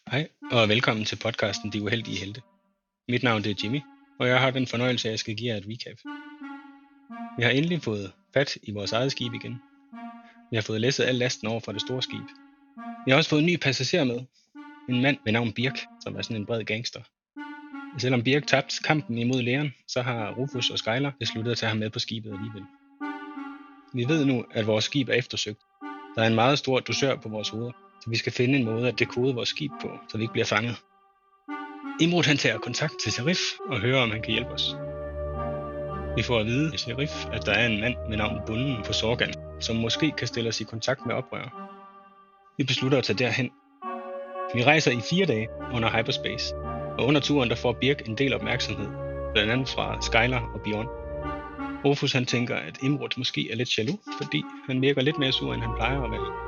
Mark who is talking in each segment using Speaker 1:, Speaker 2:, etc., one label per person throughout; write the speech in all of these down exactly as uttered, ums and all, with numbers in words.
Speaker 1: Hej, og velkommen til podcasten De Uheldige Helte. Mit navn er Jimmy, og jeg har den fornøjelse, at jeg skal give jer et recap. Vi har endelig fået fat i vores eget skib igen. Vi har fået læsset al lasten over fra det store skib. Vi har også fået en ny passager med. En mand ved navn Birk, som er sådan en bred gangster. Selvom Birk tabte kampen imod Leon, så har Rufus og Skyler besluttet at tage ham med på skibet alligevel. Vi ved nu, at vores skib er eftersøgt. Der er en meget stor dusør på vores hoveder, så vi skal finde en måde at dekode vores skib på, så vi ikke bliver fanget. Imrud han tager kontakt til Sheriff og hører, om han kan hjælpe os. Vi får at vide af Sheriff, at der er en mand med navn Bunden på Sorgan, som måske kan stille os i kontakt med oprørere. Vi beslutter at tage derhen. Vi rejser i fire dage under hyperspace, og under turen der får Birk en del opmærksomhed, blandt andet fra Skyler og Bjørn. Rufus han tænker, at Imrud måske er lidt jaloux, fordi han virker lidt mere sur, end han plejer at være.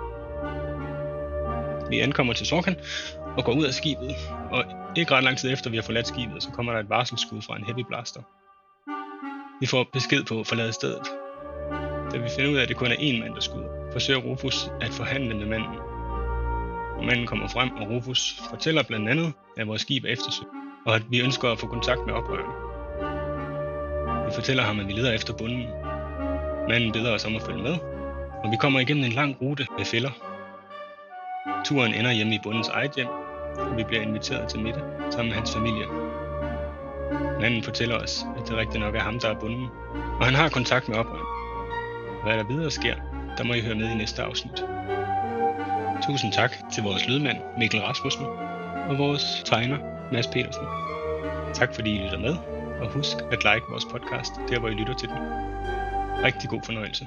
Speaker 1: Vi ankommer til Sorgan og går ud af skibet, og ikke ret lang tid efter vi har forladt skibet, så kommer der et varselsskud fra en heavy blaster. Vi får besked på at forlade stedet. Da vi finder ud af, at det kun er én mand, der skyder, forsøger Rufus at forhandle med manden. Og manden kommer frem, og Rufus fortæller blandt andet, at vores skib er eftersøgt, og at vi ønsker at få kontakt med oprørerne. Vi fortæller ham, at vi leder efter Bunden. Manden beder os om at følge med, og vi kommer igennem en lang rute med fælder. Turen ender hjemme i Bundens eget hjem, og vi bliver inviteret til middag sammen med hans familie. Manden fortæller os, at det rigtigt nok er ham, der er Bunden, og han har kontakt med oprørerne. Hvad der videre sker, der må I høre med i næste afsnit. Tusind tak til vores lydmand Mikkel Rasmussen og vores tegner Mads Petersen. Tak fordi I lytter med, og husk at like vores podcast der, hvor I lytter til den. Rigtig god fornøjelse.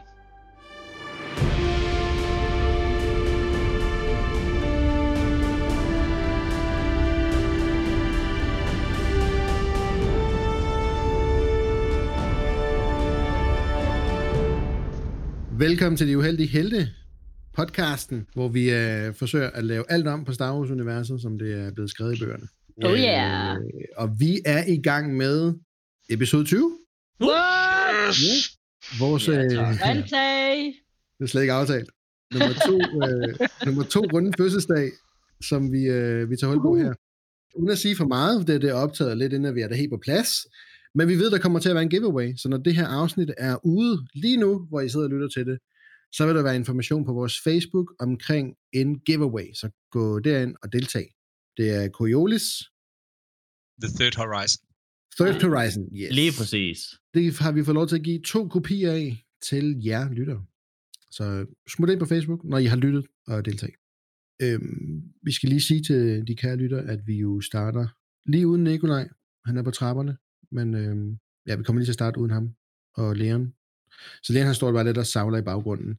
Speaker 2: Velkommen til De Uheldige Helte, podcasten, hvor vi øh, forsøger at lave alt om på Star Wars-universet, som det er blevet skrevet i bøgerne.
Speaker 3: Oh yeah!
Speaker 2: Øh, og vi er i gang med episode tyve.
Speaker 3: What?
Speaker 2: Ja. Vores, øh, det er slet ikke aftalt. Nummer to, øh, nummer to runde fødselsdag, som vi, øh, vi tager hold på her. Uden at sige for meget, det, det er optaget lidt, inden vi er der helt på plads. Men vi ved, der kommer til at være en giveaway, så når det her afsnit er ude lige nu, hvor I sidder og lytter til det, så vil der være information på vores Facebook omkring en giveaway, så gå derind og deltag. Det er Coriolis.
Speaker 4: The Third Horizon.
Speaker 2: Third Horizon, yes.
Speaker 3: Lige præcis.
Speaker 2: Det har vi fået lov til at give to kopier af til jer lyttere. Så smut ind på Facebook, når I har lyttet og deltag. Øhm, vi skal lige sige til de kære lyttere, at vi jo starter lige uden Nikolaj. Han er på trapperne. Men øh, ja, vi kommer lige til at starte uden ham og Leon. Så Leon han står bare lidt og savler i baggrunden.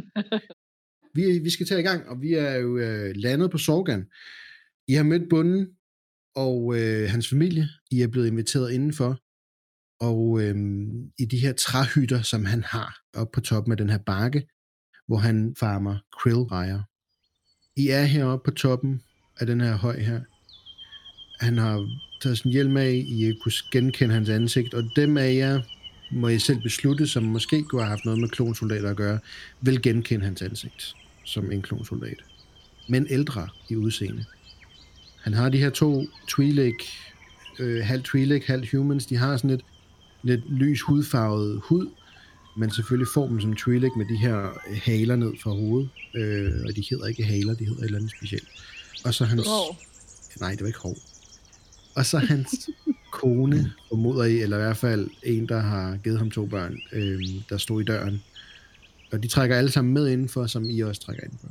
Speaker 2: vi, vi skal tage i gang, og vi er jo øh, landet på Sorgan. I har mødt Bunden og øh, hans familie. I er blevet inviteret indenfor. Og øh, i de her træhytter, som han har oppe på toppen af den her bakke, hvor han farmer krillrejer. I er heroppe på toppen af den her høj her. Han har taget sin hjelm af, I kunne genkende hans ansigt, og dem af jer, må I selv beslutte, som måske kunne have haft noget med klonsoldater at gøre, vil genkende hans ansigt som en klonsoldat. Men ældre i udseende. Han har de her to Twi'lek, øh, halv Twi'lek, halv humans, de har sådan lidt, lidt lys hudfarvet hud, men selvfølgelig formen som Twi'lek med de her haler ned fra hovedet, øh, og de hedder ikke haler, de hedder et eller andet specielt. Og så hans... Oh. Nej, det var ikke hår. Og så hans kone, formoder I, eller i hvert fald en, der har givet ham to børn, øh, der stod i døren. Og de trækker alle sammen med indenfor, som I også trækker indenfor.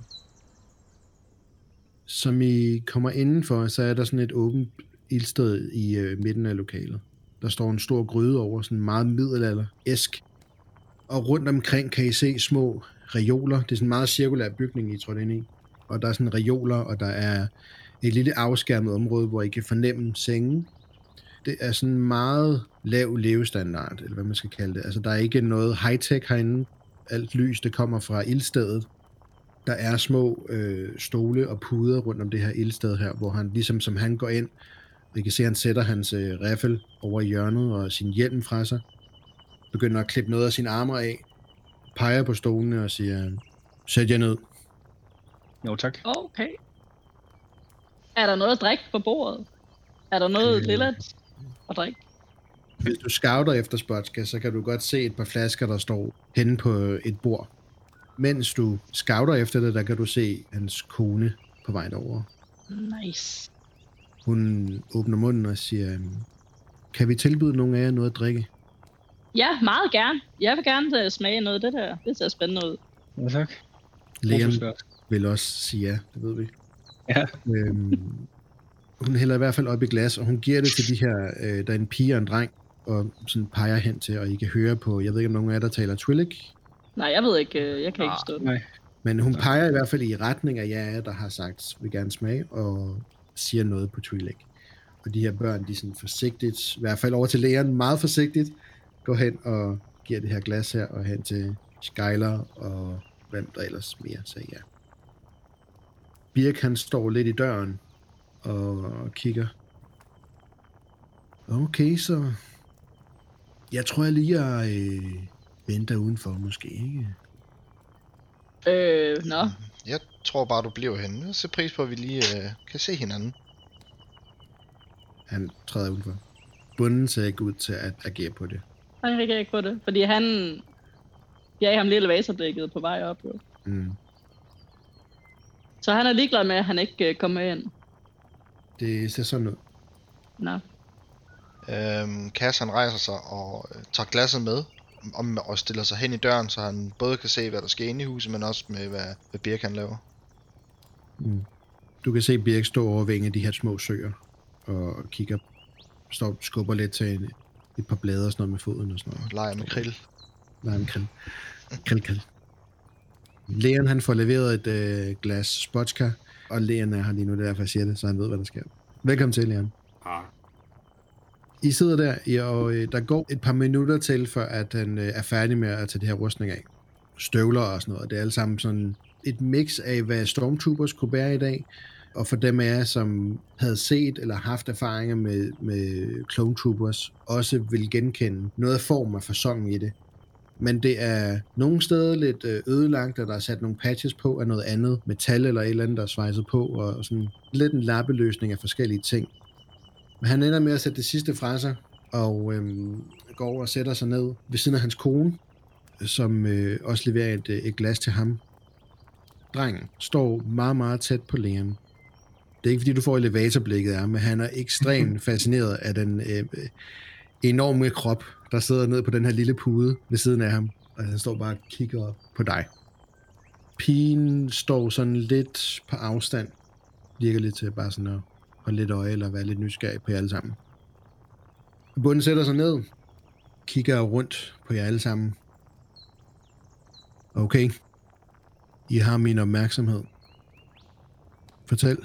Speaker 2: Som I kommer indenfor, så er der sådan et åbent ildsted i øh, midten af lokalet. Der står en stor gryde over, sådan meget middelalder-esk. Og rundt omkring kan I se små reoler. Det er sådan en meget cirkulær bygning, I tror ind i. Og der er sådan reoler, og der er et lille afskærmet område, hvor I kan fornemme sengen. Det er sådan meget lav levestandard, eller hvad man skal kalde det. Altså, der er ikke noget high-tech herinde. Alt lys, det kommer fra ildstedet. Der er små øh, stole og puder rundt om det her ildsted her, hvor han, ligesom som han går ind, og I kan se, at han sætter hans øh, riffel over i hjørnet og sin hjelm fra sig. Begynder at klippe noget af sine arme af, peger på stolene og siger, sæt jer ned.
Speaker 1: Jo, tak.
Speaker 3: Okay. Er der noget at drikke på bordet? Er der noget
Speaker 2: Øh.
Speaker 3: lille at drikke?
Speaker 2: Hvis du scouter efter Spotska, så kan du godt se et par flasker, der står henne på et bord. Mens du scouter efter det, der kan du se hans kone på vej derover.
Speaker 3: Nice.
Speaker 2: Hun åbner munden og siger, kan vi tilbyde nogen af jer noget at drikke?
Speaker 3: Ja, meget gerne. Jeg vil gerne uh, smage noget af det der. Det ser spændende ud.
Speaker 1: Ja, tak.
Speaker 2: Leon
Speaker 1: Hvorfor spørg?
Speaker 2: vil også sige ja, det ved vi.
Speaker 1: Ja.
Speaker 2: Øhm, hun hælder i hvert fald op i glas, og hun giver det til de her, øh, der er en pige og en dreng, og sådan peger hen til, og I kan høre på, jeg ved ikke om nogen af jer, der taler Twi'lek.
Speaker 3: Nej, jeg ved ikke. Uh, jeg kan ikke forstå det.
Speaker 1: Nej.
Speaker 2: Men hun peger i hvert fald i retning af jer, der har sagt, vil gerne smage, og siger noget på Twi'lek. Og de her børn, de er sådan forsigtigt, i hvert fald over til Leon, meget forsigtigt, går hen og giver det her glas her, og hen til Skyler, og hvem der ellers mere sagde ja. Birk, han står lidt i døren, og kigger. Okay, så jeg tror, jeg lige er øh, venter udenfor, måske, ikke?
Speaker 3: Øh, nå.
Speaker 5: Jeg tror bare, du bliver henne. Jeg ser pris på, at vi lige øh, kan se hinanden.
Speaker 2: Han træder udenfor. Bunden ser ikke ud til at agere på det.
Speaker 3: Han reagerer ikke på det. Fordi han gav ham lille vaserblikket på vej op, jo.
Speaker 2: Mm.
Speaker 3: Så han er ligeglad med, at han ikke uh, kommer ind.
Speaker 2: Det ser sådan ud.
Speaker 3: Nå.
Speaker 5: Øhm, Cass han rejser sig og øh, tager glasset med og, og stiller sig hen i døren, så han både kan se, hvad der sker inde i huset, men også med, hvad, hvad Birk han laver.
Speaker 2: Mm. Du kan se Birk stå over ved en af de her små søer og kigger, står skubber lidt til en, et par blade og sådan noget med foden og sådan noget.
Speaker 5: Leger med krill.
Speaker 2: Nej, med krill. Krill, krill. Leon, han får leveret et øh, glas Spotska, og Leon er her lige nu, det er derfor jeg siger det, så han ved, hvad der sker. Velkommen til, Leon.
Speaker 6: Ah.
Speaker 2: I sidder der, I, og øh, der går et par minutter til, før at han øh, er færdig med at tage det her rustning af. Støvler og sådan noget. Det er alle sammen sådan et mix af, hvad Stormtroopers kunne bære i dag, og for dem af jer, som havde set eller haft erfaringer med, med Clone Troopers, også vil genkende noget af form og fasong i det. Men det er nogle steder lidt ødelagt, og der er sat nogle patches på af noget andet metal eller et eller andet, der er svejset på, og sådan lidt en lappeløsning af forskellige ting. Men han ender med at sætte det sidste fra sig, og øhm, går over og sætter sig ned ved siden af hans kone, som øh, også leverer et, et glas til ham. Drengen står meget, meget tæt på Leon. Det er ikke fordi, du får elevatorblikket af, men han er ekstremt fascineret af den øh, enorme krop, der sidder ned på den her lille pude ved siden af ham, og han står bare og kigger på dig. Pigen står sådan lidt på afstand, virker lidt til bare sådan at holde lidt øje, eller være lidt nysgerrig på jer alle sammen. Bunden sætter sig ned, kigger rundt på jer alle sammen. Okay, I har min opmærksomhed. Fortæl.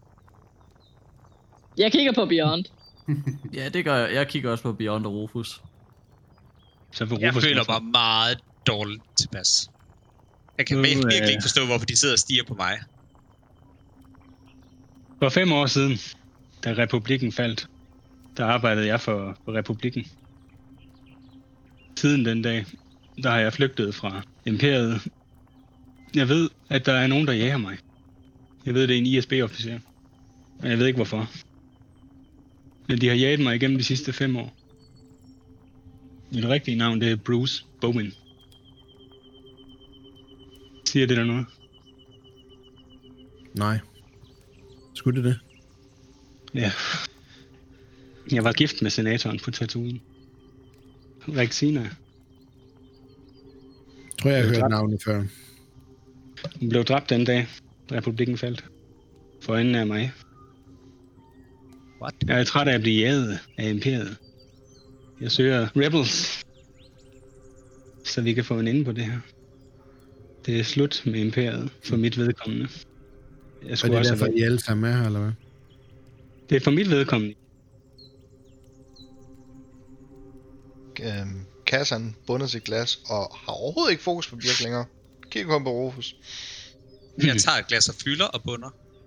Speaker 3: Jeg kigger på Beyond.
Speaker 6: Ja, det gør jeg. Jeg kigger også på Beyond og Rufus.
Speaker 1: Så vil
Speaker 4: Jeg
Speaker 1: Rufus
Speaker 4: føler
Speaker 1: også-
Speaker 4: mig meget dårligt tilpas. Jeg kan
Speaker 1: Nu,
Speaker 4: virkelig
Speaker 1: øh,
Speaker 4: ikke forstå, hvorfor de sidder og stiger på mig.
Speaker 1: For fem år siden, da republikken faldt, der arbejdede jeg for, for republikken. Siden den dag, der har jeg flygtet fra imperiet. Jeg ved, at der er nogen, der jager mig. Jeg ved, det er en I S B-officer. Men jeg ved ikke hvorfor. Men de har jaget mig igennem de sidste fem år. Mit rigtige navn, det er Bruce Bowen. Siger det der noget?
Speaker 2: Nej. Skulle det det?
Speaker 1: Ja. Jeg var gift med senatoren på Tatooine. Rexina.
Speaker 2: Tror jeg, jeg har
Speaker 1: Det er
Speaker 2: hørt
Speaker 1: klart.
Speaker 2: navnet før.
Speaker 1: Hun blev dræbt den dag, da republikken faldt. For øjnene af mig.
Speaker 4: What?
Speaker 1: Jeg er træt af at blive jaget af imperiet. Jeg søger rebels. Så vi kan få en ende på det her. Det er slut med imperiet for mit vedkommende. Jeg
Speaker 2: Og
Speaker 1: skulle
Speaker 2: det er
Speaker 1: også
Speaker 2: derfor,
Speaker 1: have...
Speaker 2: I alle sammen er her, eller hvad?
Speaker 1: Det er for mit vedkommende.
Speaker 5: Øhm, Cass han bundet sit glas og har overhovedet ikke fokus på Birk længere. Kigger kun på Rufus.
Speaker 4: Jeg tager et glas og fylder og bunder.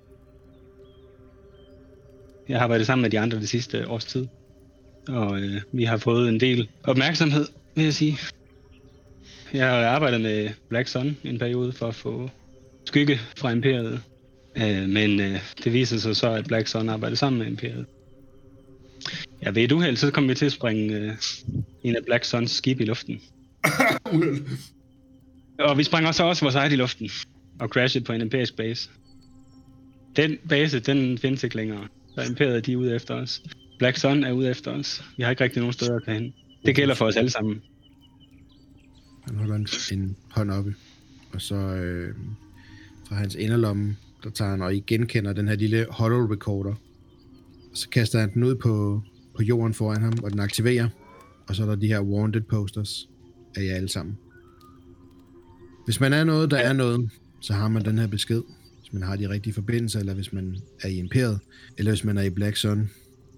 Speaker 1: Jeg har arbejdet sammen med de andre det sidste års tid. Og øh, vi har fået en del opmærksomhed, vil jeg sige. Jeg har arbejdet med Black Sun en periode for at få skygge fra imperiet Øh, men øh, det viser sig så, at Black Sun arbejder sammen med Imperiet. Ja, ved et uheld, så kommer vi til at springe øh, en af Black Suns skib i luften. Og vi springer så også vores eget i luften og crasher på en imperisk base. Den base, den findes ikke længere. Så Imperiet, de er ude efter os. Black Sun er ude efter os. Vi har ikke rigtig nogen steder at tage hen. Det gælder for os alle sammen.
Speaker 2: Han holder en, en hånd oppe, og så øh, fra hans inderlomme, der tager han og I genkender den her lille holo recorder. Og så kaster han den ud på, på jorden foran ham, og den aktiverer. Og så er der de her wanted posters af jer alle sammen. Hvis man er noget, der er noget, så har man den her besked. Hvis man har de rigtige forbindelser, eller hvis man er i Imperiet, eller hvis man er i Black Sun.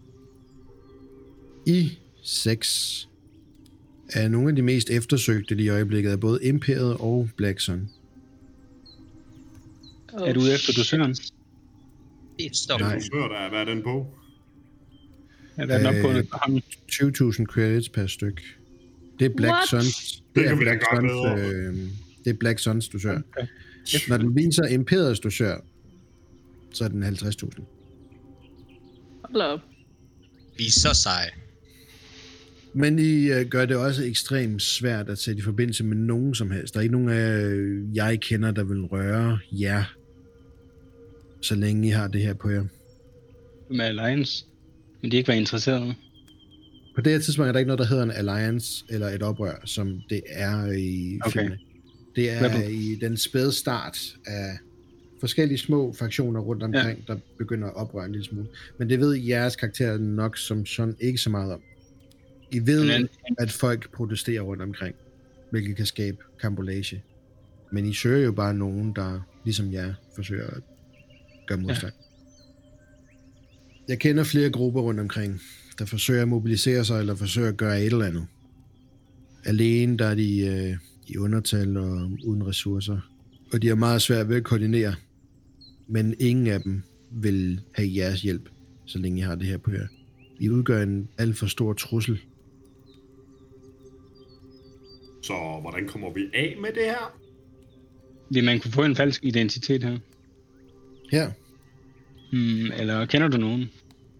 Speaker 2: I seks er nogle af de mest eftersøgte lige i øjeblikket af både Imperiet og Black Sun.
Speaker 3: Oh.
Speaker 1: Er du ude efter dosøren?
Speaker 4: Det stop.
Speaker 2: Nej.
Speaker 7: Dosør, der, hvad er den på?
Speaker 1: Er den op på det? Ham?
Speaker 2: tyve tusind credits per styk. Det er Black
Speaker 3: What?
Speaker 2: Suns.
Speaker 7: Det
Speaker 2: er
Speaker 7: kan vi da
Speaker 2: Black
Speaker 7: godt
Speaker 2: Suns,
Speaker 7: bedre.
Speaker 2: øh, det er Black Suns dosør.
Speaker 1: Okay.
Speaker 2: Når den viser Imperiets dosør, så er den halvtreds tusind.
Speaker 3: Hold op.
Speaker 4: Vi er så seje.
Speaker 2: Men I øh, gør det også ekstremt svært at sætte i forbindelse med nogen som helst. Der er ikke nogen af øh, jeg kender, der vil røre jer, så længe I har det her på jer.
Speaker 1: Med Alliance. Men de ikke var interesserede.
Speaker 2: På det her tidspunkt er der ikke noget, der hedder en alliance eller et oprør, som det er i
Speaker 1: Okay.
Speaker 2: filmene. Det er
Speaker 1: Rebel.
Speaker 2: i den spæde start af forskellige små fraktioner rundt omkring, ja. der begynder at oprøre en lille smule. Men det ved jeres karakter nok som sådan ikke så meget om. I ved,
Speaker 1: Men-
Speaker 2: at folk protesterer rundt omkring, hvilket kan skabe kampolage. Men I søger jo bare nogen, der ligesom jer forsøger at gøre modstand. Ja. Jeg kender flere grupper rundt omkring, der forsøger at mobilisere sig, eller forsøger at gøre et eller andet. Alene der er de øh, i undertal og uden ressourcer. Og de har meget svært ved at koordinere. Men ingen af dem vil have jeres hjælp, så længe I har det her på jer. I udgør en alt for stor trussel.
Speaker 7: Så hvordan kommer vi af med det her?
Speaker 1: Vil man kunne få en falsk identitet her?
Speaker 2: Her,
Speaker 1: Hmm, eller kender du nogen?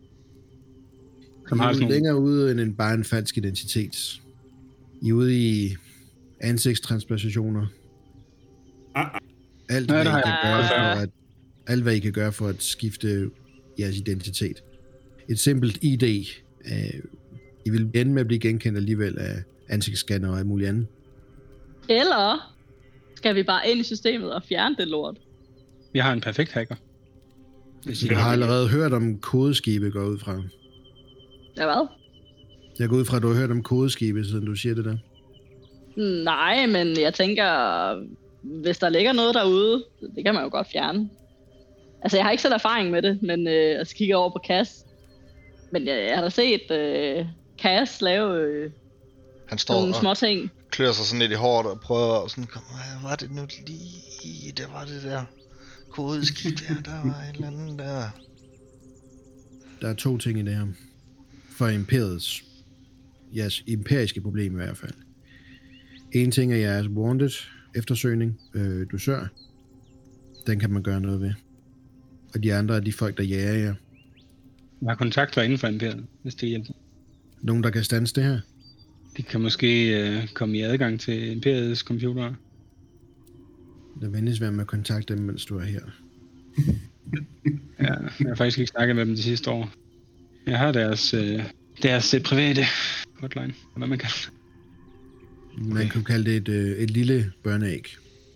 Speaker 1: Som
Speaker 2: I
Speaker 1: har
Speaker 2: er
Speaker 1: sådan
Speaker 2: jo
Speaker 1: nogle...
Speaker 2: længere ude end en, bare en falsk identitet. I er ude i ansigtstransplantationer.
Speaker 7: Ah, ah.
Speaker 2: Alt,
Speaker 1: Ja,
Speaker 2: hvad
Speaker 1: det
Speaker 2: I
Speaker 1: har
Speaker 2: kan
Speaker 1: jeg
Speaker 2: gøre
Speaker 3: prøvet
Speaker 2: for
Speaker 3: før.
Speaker 2: at, alt, hvad I kan gøre for at skifte jeres identitet. Et simpelt I D. Øh, I vil ende med at blive genkendt alligevel af ansigtsscanner og alt muligt andet.
Speaker 3: Eller skal vi bare ind i systemet og fjerne det lort?
Speaker 1: Vi har en perfekt hacker. Hvis I
Speaker 2: Jeg har allerede hørt om kodeskibe, går jeg ud fra.
Speaker 3: Ja, hvad?
Speaker 2: Jeg går ud fra, at du har hørt om kodeskibe, siden du siger det der.
Speaker 3: Nej, men jeg tænker, hvis der ligger noget derude, det kan man jo godt fjerne. Altså, jeg har ikke selv erfaring med det, men øh, jeg kigger over på Cass. Men jeg, jeg har da set øh, Cass lave øh,
Speaker 5: Han står
Speaker 3: nogle
Speaker 5: og
Speaker 3: små ting.
Speaker 5: klør sig sådan lidt i håret og prøver at sådan, kom, hvad var det nu lige, det var det der kodeskift der, der var et eller andet der.
Speaker 2: Der er to ting i det her. For imperiets, jeres imperiske problem i hvert fald. En ting er jeres wanted eftersøgning, øh, dusør. Den kan man gøre noget ved. Og de andre er de folk, der jager jer.
Speaker 1: Jeg har kontakter inden for Imperiet, hvis det hjælper.
Speaker 2: Nogen, der kan standse det her.
Speaker 1: De kan måske øh, komme i adgang til Imperiets computere.
Speaker 2: Det vendes være med at kontakte dem, mens du er her.
Speaker 1: Ja, jeg har faktisk ikke snakket med dem de sidste år. Jeg har deres, øh, deres øh, private hotline, hvad man kan.
Speaker 2: Man kunne kalde det et, øh, et lille børneæg.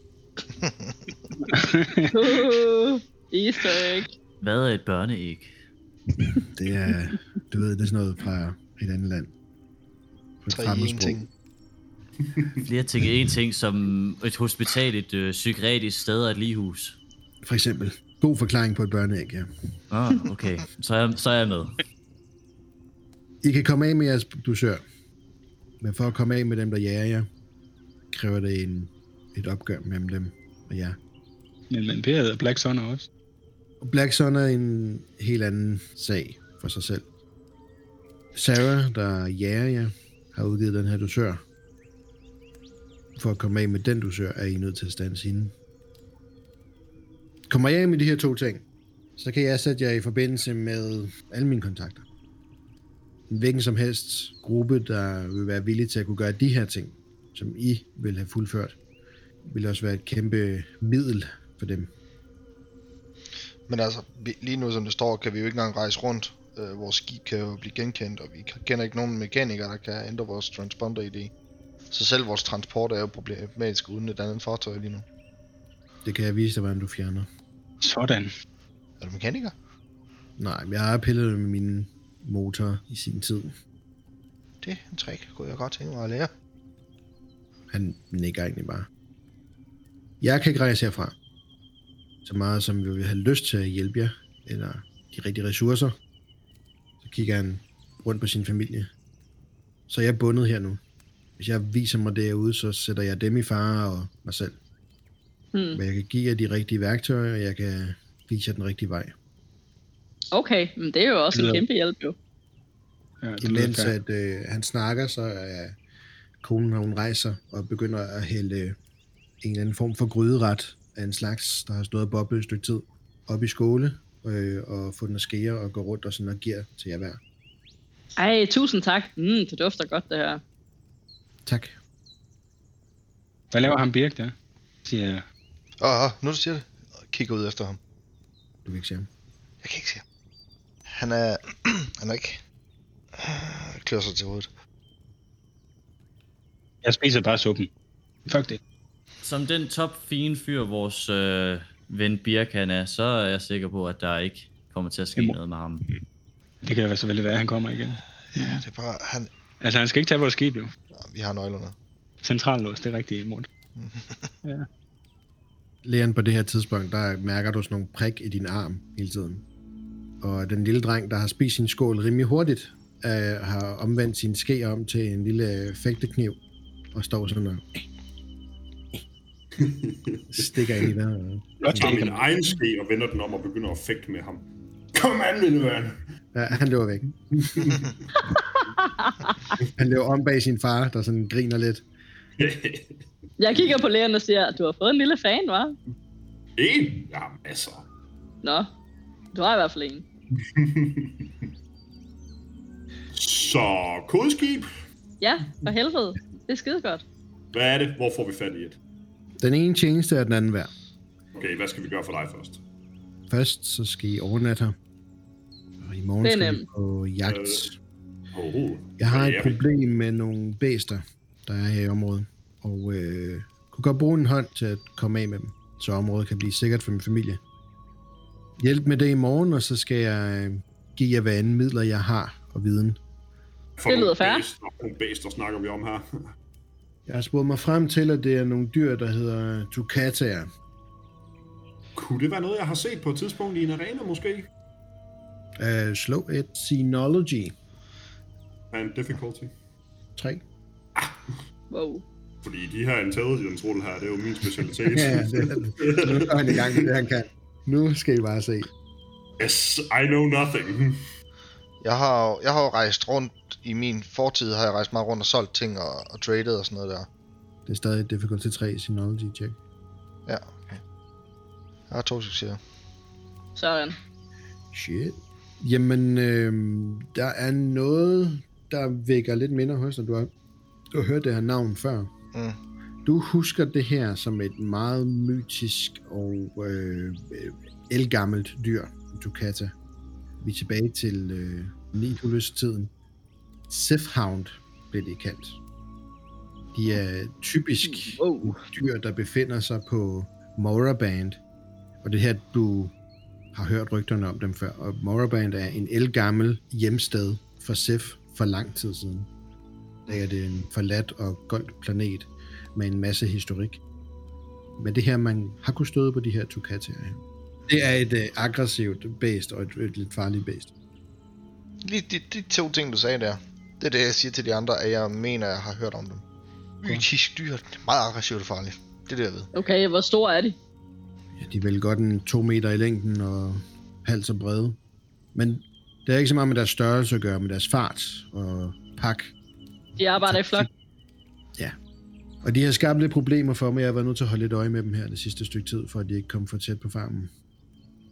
Speaker 3: Uh, Easter egg.
Speaker 6: Hvad er et børneæg?
Speaker 2: Det er, du ved, det er sådan noget fra et andet land. På et
Speaker 5: Tre i
Speaker 2: fremmedsprog.
Speaker 5: en ting.
Speaker 6: Flere ting. En ting som et hospital, et øh, psykiatrisk sted og et lighus.
Speaker 2: For eksempel. God forklaring på et børneæg, ja.
Speaker 6: Ah, okay. Så er, jeg, så er jeg med.
Speaker 2: I kan komme af med jeres dusør. Men for at komme af med dem, der jager jer, kræver det en, et opgør mellem dem og jer.
Speaker 1: Men Imperiet og Black Sun er også.
Speaker 2: Og Black Sun er en helt anden sag for sig selv. Sarah, der jager jer, har udgivet den her dusør. For at komme af med den dusør, er I nødt til at standse hende. Kommer jeg af med de her to ting, så kan jeg sætte jer i forbindelse med alle mine kontakter. Hvilken som helst gruppe, der vil være villig til at kunne gøre de her ting, som I vil have fuldført, vil også være et kæmpe middel for dem.
Speaker 5: Men altså, vi, lige nu som det står, kan vi jo ikke engang rejse rundt. Øh, vores skib kan jo blive genkendt, og vi kender ikke nogen mekanikere, der kan ændre vores transponder-I D. Så selv vores transport er jo problematisk uden et andet fartøj lige nu.
Speaker 2: Det kan jeg vise dig, hvordan du fjerner.
Speaker 1: Sådan.
Speaker 5: Er du mekaniker?
Speaker 2: Nej, men jeg har pillet med min motor i sin tid.
Speaker 5: Det er en trick, kunne jeg godt tænke mig at lære.
Speaker 2: Han nikker egentlig bare. Jeg kan ikke rejse herfra. Så meget som vi vil have lyst til at hjælpe jer, eller de rigtige ressourcer. Så kigger han rundt på sin familie. Så jeg er bundet her nu. Hvis jeg viser mig derude, så sætter jeg dem i fare og mig selv. Hmm. Men jeg kan give jer de rigtige værktøjer, og jeg kan vise jer den rigtige vej.
Speaker 3: Okay, men det er jo også en kæmpe hjælp jo.
Speaker 1: Ja,
Speaker 2: imens at øh, han snakker, så er konen, hun rejser og begynder at hælde en eller anden form for gryderet af en slags, der har stået og boblet et stykke tid, op i skåle, øh, og få den at skære og gå rundt og sådan og giver til jer hver.
Speaker 3: Ej, tusind tak. Mm, det dufter godt det her.
Speaker 2: Tak.
Speaker 1: Hvad laver ham Birk der? Siger jeg.
Speaker 5: Åh, oh, nu du siger det. Jeg kigger ud efter ham.
Speaker 2: Du vil ikke se ham.
Speaker 5: Jeg kan ikke se ham. Han er... han er ikke... klør sig til hovedet.
Speaker 1: Jeg spiser bare suppen. Fuck det.
Speaker 6: Som den top fine fyr, vores øh, ven Birk han er, så er jeg sikker på, at der ikke kommer til at ske
Speaker 1: må...
Speaker 6: noget med ham.
Speaker 1: Det kan være så vel være, at han kommer igen.
Speaker 5: Ja, det er bare... Han...
Speaker 1: Altså, han skal ikke tage vores skib, jo.
Speaker 5: Ja, vi har nøglerne.
Speaker 1: Centrallås, det er rigtig imod. Ja.
Speaker 2: Leon, på det her tidspunkt, der mærker du sådan nogle prik i din arm hele tiden. Og den lille dreng, der har spist sin skål rimelig hurtigt, øh, har omvendt sin ske om til en lille fægtekniv, og står sådan og stikker ind i der.
Speaker 7: Jeg tager min egen ske og vender den om og begynder at fægte med ham. Kom an, lille ven!
Speaker 2: Ja, han løber væk. Han løber om bag sin far, der sådan griner lidt.
Speaker 3: Jeg kigger på Leon og siger, du har fået en lille fan, hva'?
Speaker 7: En? Ja, masser.
Speaker 3: Nå, du har i hvert fald en.
Speaker 7: Så, kodeskib?
Speaker 3: Ja, for helvede. Det er skide godt.
Speaker 7: Hvad er det? Hvor får vi fat i et?
Speaker 2: Den ene tjeneste er den anden værd.
Speaker 7: Okay, hvad skal vi gøre for dig først?
Speaker 2: Først så skal I overnatte her. Og i morgen
Speaker 3: Det er
Speaker 2: skal I
Speaker 3: nemt.
Speaker 2: på jagt.
Speaker 7: Øh, oh,
Speaker 2: Jeg har et
Speaker 7: ja,
Speaker 2: problem med nogle bæster, der er her i området. Og øh, kunne godt bruge en hånd til at komme af med dem, så området kan blive sikkert for min familie. Hjælp med det i morgen, og så skal jeg øh, give jer hvad anden midler, jeg har og viden.
Speaker 7: for
Speaker 3: det lyder
Speaker 7: nogle
Speaker 3: fair.
Speaker 7: bæster, nogle bæster snakker vi om her.
Speaker 2: Jeg har spurgt mig frem til, at det er nogle dyr, der hedder tukataer.
Speaker 7: Kunne det være noget, jeg har set på et tidspunkt i en arena, måske?
Speaker 2: Uh, slå et Xenology.
Speaker 7: And difficulty.
Speaker 2: tre.
Speaker 3: Wow.
Speaker 7: Fordi de her intelligence-rulle her, det er jo min specialitet.
Speaker 2: Ja, det er det. Nu er han i gang med det, han kan. Nu skal I bare se.
Speaker 7: Yes, I know nothing.
Speaker 5: Jeg har, jo- jeg har jo rejst rundt i min fortid, har jeg rejst meget rundt og solgt ting og, og traded og sådan noget der.
Speaker 2: Det er stadig difficulty tre Xenology check.
Speaker 5: Ja, okay. Jeg har to succeser.
Speaker 3: Sådan.
Speaker 2: Shit. Jamen, øh, der er noget, der vækker lidt minder hos dig. Du har, du har hørt det her navn før.
Speaker 5: Mm.
Speaker 2: Du husker det her som et meget mytisk og øh, elgammelt dyr, Tukata. Vi er tilbage til øh, Nihilus-tiden. Sithhound blev det kaldt. De er typisk
Speaker 3: Wow.
Speaker 2: dyr, der befinder sig på Moraband. Og det her, du har hørt rygterne om dem før. Og Moraband er en elgammel hjemsted for Sith for lang tid siden. Der er det en forladt og goldt planet med en masse historik. Men det her, man har kunnet støde på de her Tukataer. Det er et øh, aggressivt bæst og et, et lidt farligt bæst.
Speaker 5: Lige de, de to ting, du sagde der, det er det, jeg siger til de andre, at jeg mener, jeg har hørt om dem. Mytisk dyr, det er meget aggressivt og farligt. Det er det, jeg ved.
Speaker 3: Okay, hvor store er de?
Speaker 2: Ja, de er vel godt en to meter i længden og halvt så brede. Men det er ikke så meget med deres størrelse at gøre, med deres fart og pak.
Speaker 3: De arbejder i flok.
Speaker 2: Ja. Og de har skabt lidt problemer for mig. Jeg har været nødt til at holde lidt øje med dem her det sidste stykke tid, for at de ikke kom for tæt på farmen.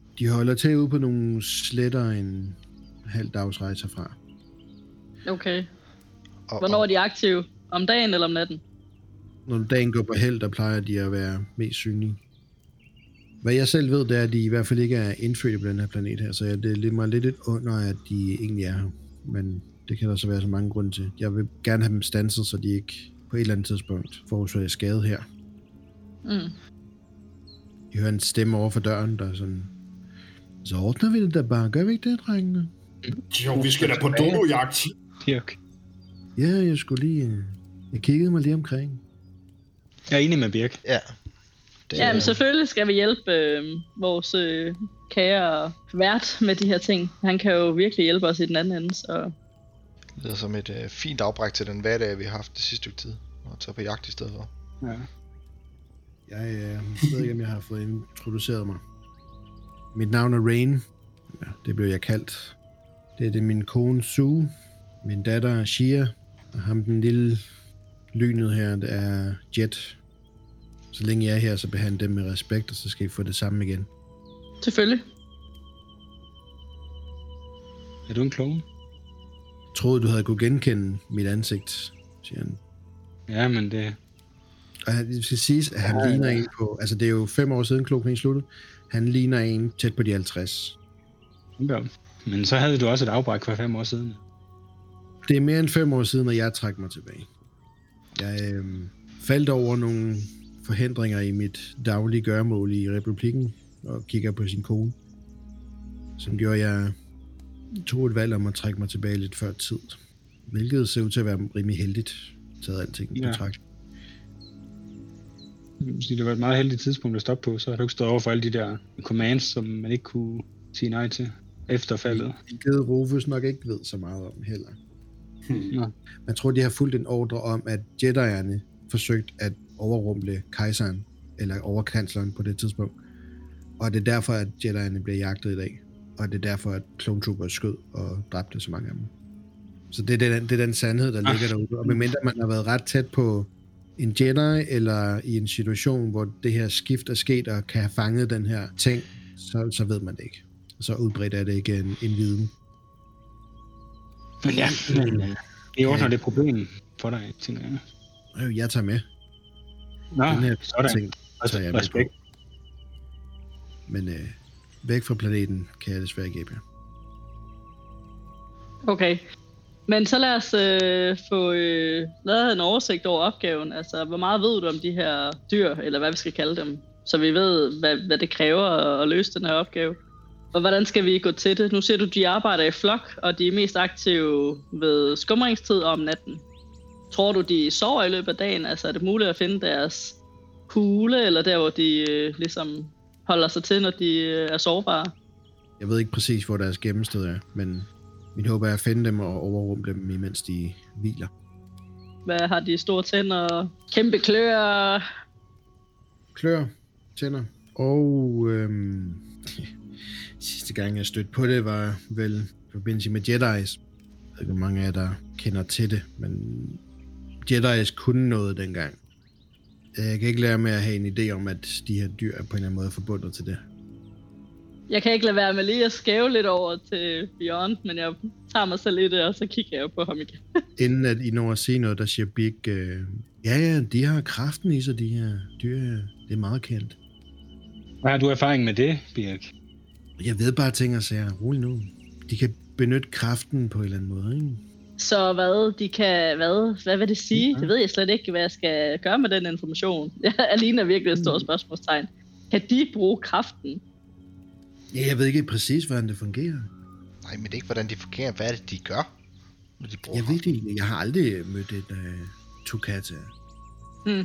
Speaker 2: De holder til ude på nogle sletter en halv dags rejse fra.
Speaker 3: Okay.
Speaker 5: Og,
Speaker 3: Hvornår
Speaker 5: og,
Speaker 3: er de aktive? Om dagen eller om natten?
Speaker 2: Når dagen går på held, der plejer de at være mest synlige. Hvad jeg selv ved, det er, at de i hvert fald ikke er indfødt på den her planet her, så det er lidt mig lidt et under, at de egentlig er her. Men det kan der så være så mange grunde til. Jeg vil gerne have dem standset, så de ikke på et eller andet tidspunkt får så skade her.
Speaker 3: Mm.
Speaker 2: I hører en stemme over for døren, der er sådan... Så ordner vi det da bare. Gør vi ikke det, drengene?
Speaker 7: Jo, vi skal da på dolojagt.
Speaker 1: Dirk.
Speaker 2: Ja, jeg skulle lige... øh, Jeg kiggede mig lige omkring.
Speaker 1: Jeg er enig med Birk.
Speaker 5: ja. Det,
Speaker 3: Ja, men selvfølgelig skal vi hjælpe øh, vores øh, kære vært med de her ting. Han kan jo virkelig hjælpe os i den anden ende, så...
Speaker 5: Det lyder som et øh, fint afbræk til den hverdag, vi har haft det sidste stykke tid. Og tage på jagt i stedet for.
Speaker 1: Ja.
Speaker 2: Jeg øh, ved ikke, om jeg har fået introduceret mig. Mit navn er Rain. Ja, det blev jeg kaldt. Det er det min kone Sue. Min datter Shia. Og ham den lille lynet her, det er Jet. Så længe jeg er her, så behandler dem med respekt, og så skal I få det samme igen.
Speaker 3: Selvfølgelig.
Speaker 1: Er du en klone?
Speaker 2: Troede, du havde kunne genkende mit ansigt, siger han.
Speaker 1: Ja, men det...
Speaker 2: Og han- det skal siges, at han
Speaker 1: Ja, ja.
Speaker 2: ligner en på... Altså, det er jo fem år siden, klokken sluttede. Han ligner en tæt på de halvtreds.
Speaker 1: Ja. Men så havde du også et afbræk for fem år siden.
Speaker 2: Det er mere end fem år siden, at jeg trak mig tilbage. Jeg øh, faldt over nogle forhindringer i mit daglige gøremål i Republikken, og kigger på sin kone, som gjorde, at jeg tog et valg om at trække mig tilbage lidt før tid. Hvilket ser ud til at være rimelig heldigt, taget alting i
Speaker 1: Ja.
Speaker 2: betragtning.
Speaker 1: Det var et meget heldigt tidspunkt at stoppe på, så har du ikke stået over for alle de der commands, som man ikke kunne sige nej til efter faldet.
Speaker 2: Hvilket Rufus nok ikke ved så meget om heller.
Speaker 1: Nå.
Speaker 2: Man tror, de har fulgt en ordre om, at Jedi'erne forsøgt at overrumple kejseren, eller overkansleren på det tidspunkt. Og det er derfor, at Jedi'erne bliver jagtet i dag. Og det er derfor, at Clone Troopers skød og dræbte så mange af dem. Så det er den, det er den sandhed, der ligger derude. Og medmindre man har været ret tæt på en Jedi, eller i en situation, hvor det her skift er sket, og kan have fanget den her ting, så, så ved man det ikke. Så udbredt er det ikke en, en viden.
Speaker 1: Men ja, men, øh, det ordner det problem for dig, tænker jeg.
Speaker 2: Øh, Jeg tager med.
Speaker 1: Nå,
Speaker 2: Den her
Speaker 1: sådan.
Speaker 2: ting tager jeg med på.
Speaker 1: Respekt.
Speaker 2: Men øh, væk fra planeten kan jeg desværre ikke hjælpe jer.
Speaker 3: Okay. Men så lad os øh, få øh, lavet en oversigt over opgaven. Altså, hvor meget ved du om de her dyr, eller hvad vi skal kalde dem? Så vi ved, hvad, hvad det kræver at, at løse den her opgave. Og hvordan skal vi gå til det? Nu ser du, de arbejder i flok, og de er mest aktive ved skumringstid og om natten. Tror du, de sover i løbet af dagen? Altså, er det muligt at finde deres hule, eller der, hvor de øh, ligesom holder sig til, når de øh, er sårbare?
Speaker 2: Jeg ved ikke præcis, hvor deres gemmested er, men mit håb er at finde dem og overrumple dem, imens de hviler.
Speaker 3: Hvad har de store tænder? Kæmpe kløer?
Speaker 2: Klør, tænder. Og øhm, sidste gang jeg stødte på det, var vel i forbindelse med Jedi's. Jeg ved ikke, hvor mange af jer, der kender til det, men Jedi's kunne noget dengang. Jeg kan ikke lære med at have en idé om, at de her dyr er på en eller anden måde forbundet til det.
Speaker 3: Jeg kan ikke lade være med lige at skæve lidt over til Beyond, men jeg tager mig selv lidt, og så kigger jeg på ham igen.
Speaker 2: Inden at I når at sige noget, der siger Big, øh, ja ja, de har kraften i sig, de her dyr. Det er meget kendt.
Speaker 1: Hvad har du erfaring med det, Birk?
Speaker 2: Jeg ved bare ting og sager. Rolig nu. De kan benytte kraften på en eller anden måde, ikke?
Speaker 3: Så hvad, de kan, hvad, hvad vil det sige? Det ved jeg slet ikke, hvad jeg skal gøre med den information. Alene er virkelig et stort spørgsmålstegn. Kan de bruge kraften?
Speaker 2: Ja, jeg ved ikke præcis, hvordan det fungerer.
Speaker 5: Nej, men det er ikke, hvordan de fungerer. Hvad er det, de gør, når de bruger
Speaker 2: Jeg ved det ikke. Jeg har aldrig mødt et uh, Tukata.
Speaker 3: Hmm.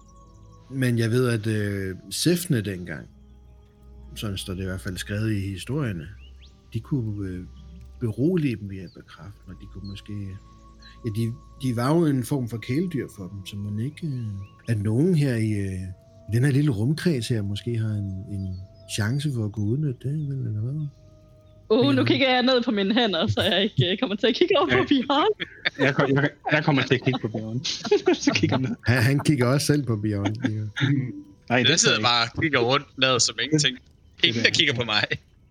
Speaker 2: Men jeg ved, at uh, Sifne dengang, sådan står det i hvert fald skrevet i historierne, de kunne uh, berolige dem ved hjælp af kraft, og de kunne måske... Ja, de, de var jo en form for kæledyr for dem, så man ikke... Uh, at nogen her i, uh, i den her lille rumkreds her måske har en, en chance for at kunne udnytte det, eller hvad?
Speaker 3: Uh, nu kigger jeg ned på mine hænder, så jeg ikke uh, kommer til at kigge over på Beyond.
Speaker 1: Jeg, kom, jeg, jeg kommer til at kigge på Bjørn. Så kigger jeg ned.
Speaker 2: Han, han kigger også selv på Beyond. Ja.
Speaker 1: Nej,
Speaker 4: Det
Speaker 1: det
Speaker 4: sidder
Speaker 1: jeg
Speaker 4: bare og kigger rundt, lader som ingenting. Ingen, der kigger på mig.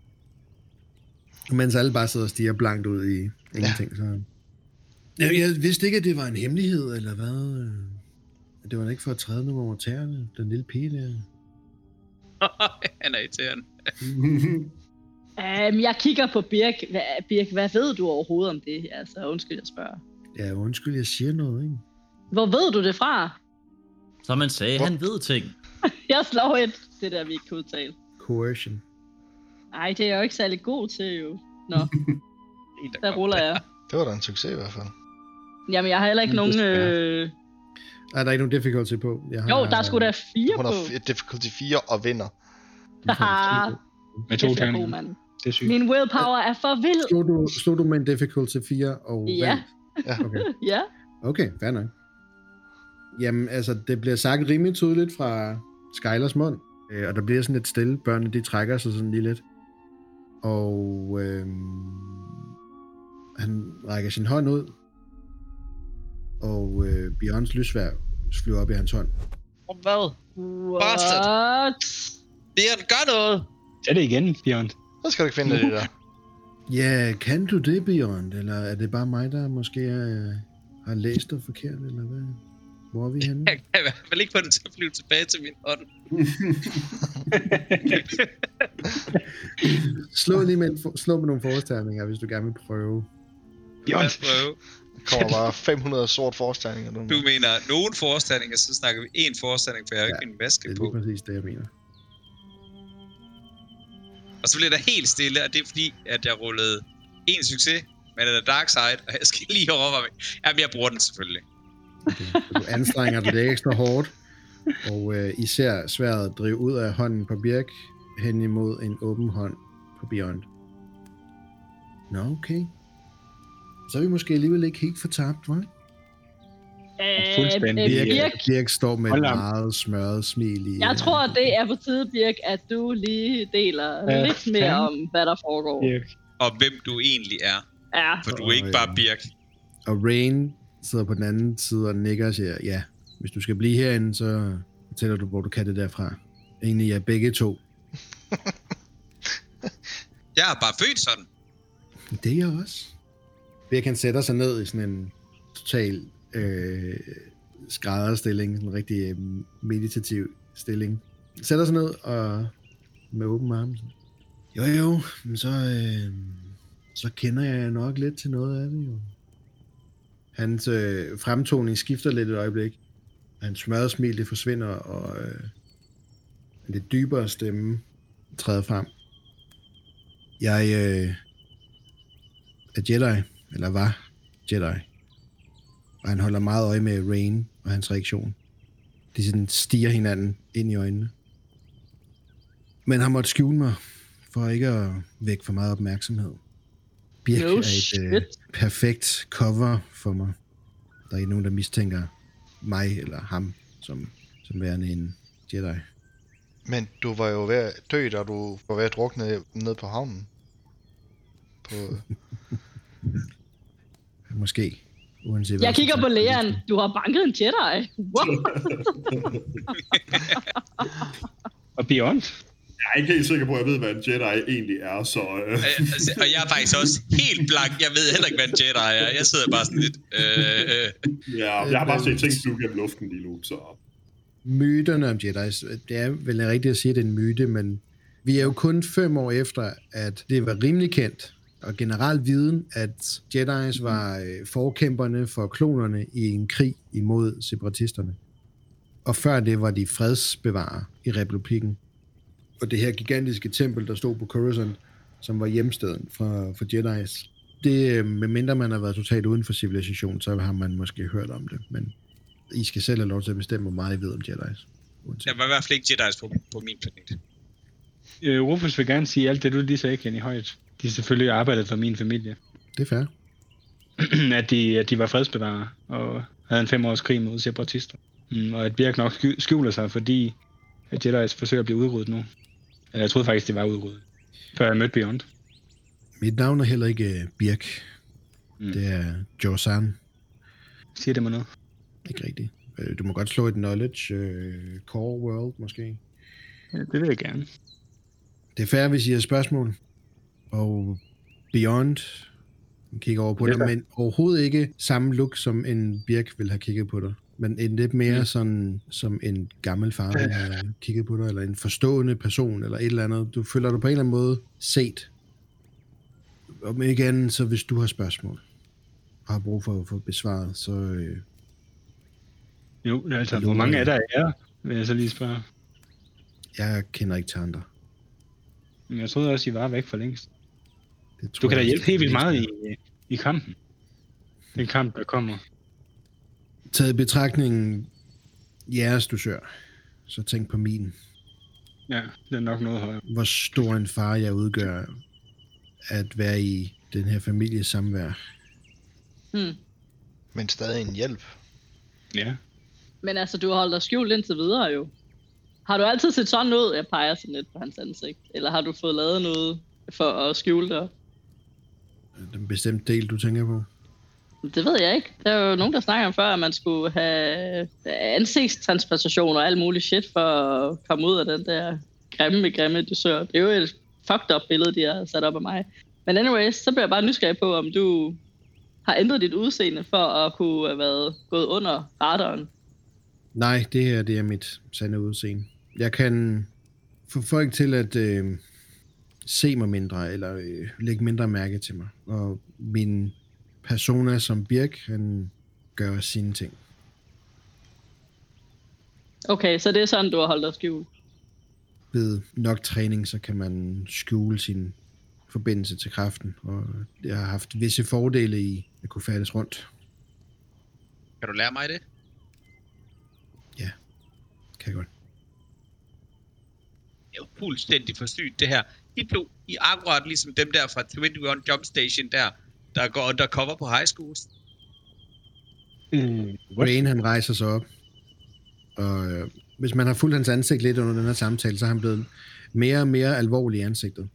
Speaker 2: Mens alle bare sidder og stiger blankt ud i ingenting. Ja. Så. Jeg, jeg vidste ikke, at det var en hemmelighed, eller hvad? Det var da ikke for at træde nogen over tæerne, den lille pige der.
Speaker 4: Han er irriterende.
Speaker 3: Um, jeg kigger på Birk. Hva, Birk, hvad ved du overhovedet om det? Altså, undskyld, jeg spørger.
Speaker 2: Ja, undskyld, jeg siger noget, ikke?
Speaker 3: Hvor ved du det fra?
Speaker 6: Som man sagde, Hvor? han ved ting.
Speaker 3: Jeg slår et. Det der, vi ikke kan udtale.
Speaker 2: Coercion.
Speaker 3: Ej, det er jeg jo ikke særlig god til, jo. Nå, der ruller jeg.
Speaker 5: Det var da en succes i hvert fald.
Speaker 3: Jamen, jeg har heller ikke nogen... Øh...
Speaker 2: Ej, der er ikke nogen difficulty på. Jeg har,
Speaker 3: jo, der er sgu da fire
Speaker 5: hun
Speaker 3: på.
Speaker 5: Hun har difficulty fire og vinder.
Speaker 3: Haha.
Speaker 1: Med to terninger.
Speaker 3: Det er sygt. Min willpower er for vild.
Speaker 2: Slog du, slog du med en difficulty fire og
Speaker 3: ja.
Speaker 2: vandt?
Speaker 5: Ja.
Speaker 2: Okay.
Speaker 3: ja.
Speaker 2: Okay, fair nok. Jamen, altså, det bliver sagt rimelig tydeligt fra Skylers mund, øh, og der bliver sådan lidt stille. Børnene, de trækker sig sådan lige lidt. Og øh, han rækker sin hånd ud, og øh, Beyonds lysværv flyver op i hans hånd.
Speaker 4: Og hvad?
Speaker 3: What?
Speaker 4: Bjørn, gør noget!
Speaker 1: Tag det igen, Bjørn.
Speaker 5: Så skal du ikke finde det der.
Speaker 2: Ja, kan du det, Bjørn? Eller er det bare mig, der måske er, har læst det forkert, eller hvad? Hvor er vi henne?
Speaker 4: Jeg kan i hvert fald ikke få den til at flyve tilbage til min hånd.
Speaker 2: slå lige med, en, slå med nogle foresterninger, hvis du gerne vil prøve.
Speaker 1: Bjørn!
Speaker 5: Der kommer bare fem hundrede sort foresterninger.
Speaker 4: Du mener nogen foresterninger, så snakker vi én foresterning, for jeg har ja, ikke en vaske på.
Speaker 2: Det er lige præcis det, jeg mener.
Speaker 4: Og så bliver der helt stille, og det er fordi, at jeg rullede en succes, men den er dark side, og jeg skal lige overveje. Jamen, jeg bruger den selvfølgelig.
Speaker 2: Okay. Du anstrenger dig det ekstra hårdt, og øh, især sværdet drive ud af hånden på Birk hen imod en åben hånd på Beyond. Nå, okay. Så er vi måske alligevel ikke helt fortabt, hva'?
Speaker 3: Øh,
Speaker 1: Fuldstændig.
Speaker 3: øh, Birk,
Speaker 2: Birk står med et meget smørret smil i...
Speaker 3: jeg tror, det er på tide, Birk, at du lige deler ja, lidt mere kan. om, hvad der foregår.
Speaker 1: Birk.
Speaker 4: Og hvem du egentlig er.
Speaker 3: Ja.
Speaker 4: For du er ikke bare Birk.
Speaker 2: Og Rain sidder på den anden side og nikker og siger, ja, hvis du skal blive herinde, så fortæller du, hvor du kan det derfra. Egentlig er begge to.
Speaker 4: Jeg er bare født sådan.
Speaker 2: Det er jeg også. Birk kan sætter sig ned i sådan en total øh, skrædderstilling, sådan en rigtig øh, meditativ stilling. Sætter sig ned og med åben arme. Jo jo, men så, øh, så kender jeg nok lidt til noget af det jo. Hans øh, fremtoning skifter lidt et øjeblik. Hans smørrede smil, det forsvinder, og øh, en lidt dybere stemme træder frem. Jeg øh, er Jedi, eller var Jedi. Og han holder meget øje med Rain og hans reaktion. De sådan stiger hinanden ind i øjnene. Men han måtte skjule mig, for ikke at vække for meget opmærksomhed. Birk no er et øh, perfekt cover for mig. Der er ikke nogen, der mistænker mig eller ham som, som værende en Jedi.
Speaker 5: Men du var jo ved at dø, da du var ved at drukne ned på havnen. På...
Speaker 2: Måske. Uanset
Speaker 3: jeg kigger på lægeren. Du har banket en Jedi. Wow.
Speaker 1: Og Beyond?
Speaker 7: Jeg er ikke helt sikker på, at jeg ved, hvad en Jedi egentlig er, så... Øh.
Speaker 4: Altså, og jeg er faktisk også helt blank. Jeg ved heller ikke, hvad en Jedi er. Jeg sidder bare sådan lidt... Øh, øh.
Speaker 7: Ja, jeg har bare set ting flyve gennem luften lige nu, så...
Speaker 2: Myterne om Jedis, det er vel rigtigt at sige, at det er en myte, men vi er jo kun fem år efter, at det var rimelig kendt, og generelt viden, at Jedis var forkæmperne for klonerne i en krig imod separatisterne. Og før det var de fredsbevarere i republikken. Og det her gigantiske tempel, der stod på Coruscant, som var hjemstaden for, for Jedis. Det, medmindre man har været totalt uden for civilisation, så har man måske hørt om det, men I skal selv have lov til at bestemme, hvor meget I ved om Jedis.
Speaker 4: Jeg var i hvert fald ikke Jedis på, på min planet.
Speaker 1: Øh, Rufus vil gerne sige alt det, du lige sagde, Kenny Højt. De selvfølgelig arbejdede for min familie.
Speaker 2: Det er fair.
Speaker 1: at, de, at de var fredsbevarere og havde en fem års krig mod separatister. Mm, og at Birk nok skjuler sig, fordi at Jedis forsøger at blive udryddet nu. Eller jeg troede faktisk, det var udryddet, før jeg mødte Beyond.
Speaker 2: Mit navn er heller ikke uh, Birk. Mm. Det er Jorzan.
Speaker 1: Siger det mig noget?
Speaker 2: Ikke rigtigt. Du må godt slå et knowledge uh, core world, måske.
Speaker 1: Ja, det vil jeg gerne.
Speaker 2: Det er fair, hvis I har spørgsmål. Og Beyond kigger over på dig, men overhovedet ikke samme look, som en Birk ville have kigget på dig. Men en lidt mere mm. sådan, som en gammel far ville have kigget på dig, eller en forstående person, eller et eller andet. Du føler dig på en eller anden måde set. Og ikke andet, så hvis du har spørgsmål, og har brug for at få besvaret, så... Øh,
Speaker 1: jo, altså, hvor mange af der er, vil jeg så lige spørge.
Speaker 2: Jeg kender ikke til andre.
Speaker 1: Men jeg troede også, I var væk for længst.
Speaker 2: Det
Speaker 1: du kan da hjælpe helt vildt meget i, i kampen. Den kamp, der kommer.
Speaker 2: Taget i betragtningen jeres dusør, så tænk på min.
Speaker 1: Ja, det er nok noget højere.
Speaker 2: Hvor stor en far jeg udgør at være i den her families samvær.
Speaker 3: Hmm.
Speaker 5: Men stadig en hjælp.
Speaker 1: Ja.
Speaker 3: Men altså, du har holdt dig skjult indtil videre jo. Har du altid set sådan ud? Jeg peger sådan lidt på hans ansigt. Eller har du fået lavet noget for at skjule dig?
Speaker 2: Den bestemte del, du tænker på?
Speaker 3: Det ved jeg ikke. Der er jo nogen, der snakker om før, at man skulle have ansigtstransplantation og alt muligt shit for at komme ud af den der grimme, grimme dusør. Det er jo et fucked up billede, de har sat op af mig. Men anyways, så bliver jeg bare nysgerrig på, om du har ændret dit udseende for at kunne have været gået under radaren.
Speaker 2: Nej, det her det er mit sande udseende. Jeg kan få folk til at øh, se mig mindre, eller øh, lægge mindre mærke til mig. Og min persona som Birk, han gør sine ting.
Speaker 3: Okay, så det er sådan, du har holdt dig skjult?
Speaker 2: Ved nok træning, så kan man skjule sin forbindelse til kraften, og jeg har haft visse fordele i at kunne færdes rundt.
Speaker 4: Kan du lære mig det?
Speaker 2: Ja, kan jeg godt.
Speaker 4: Det er jo fuldstændig for sygt, det her. I to, I er akkurat ligesom dem der fra enogtyve Jump Station der, der går undercover på high schools.
Speaker 2: Mm, Rain, han rejser sig op, og øh, hvis man har fulgt hans ansigt lidt under den her samtale, så er han blevet mere og mere alvorlig i ansigtet.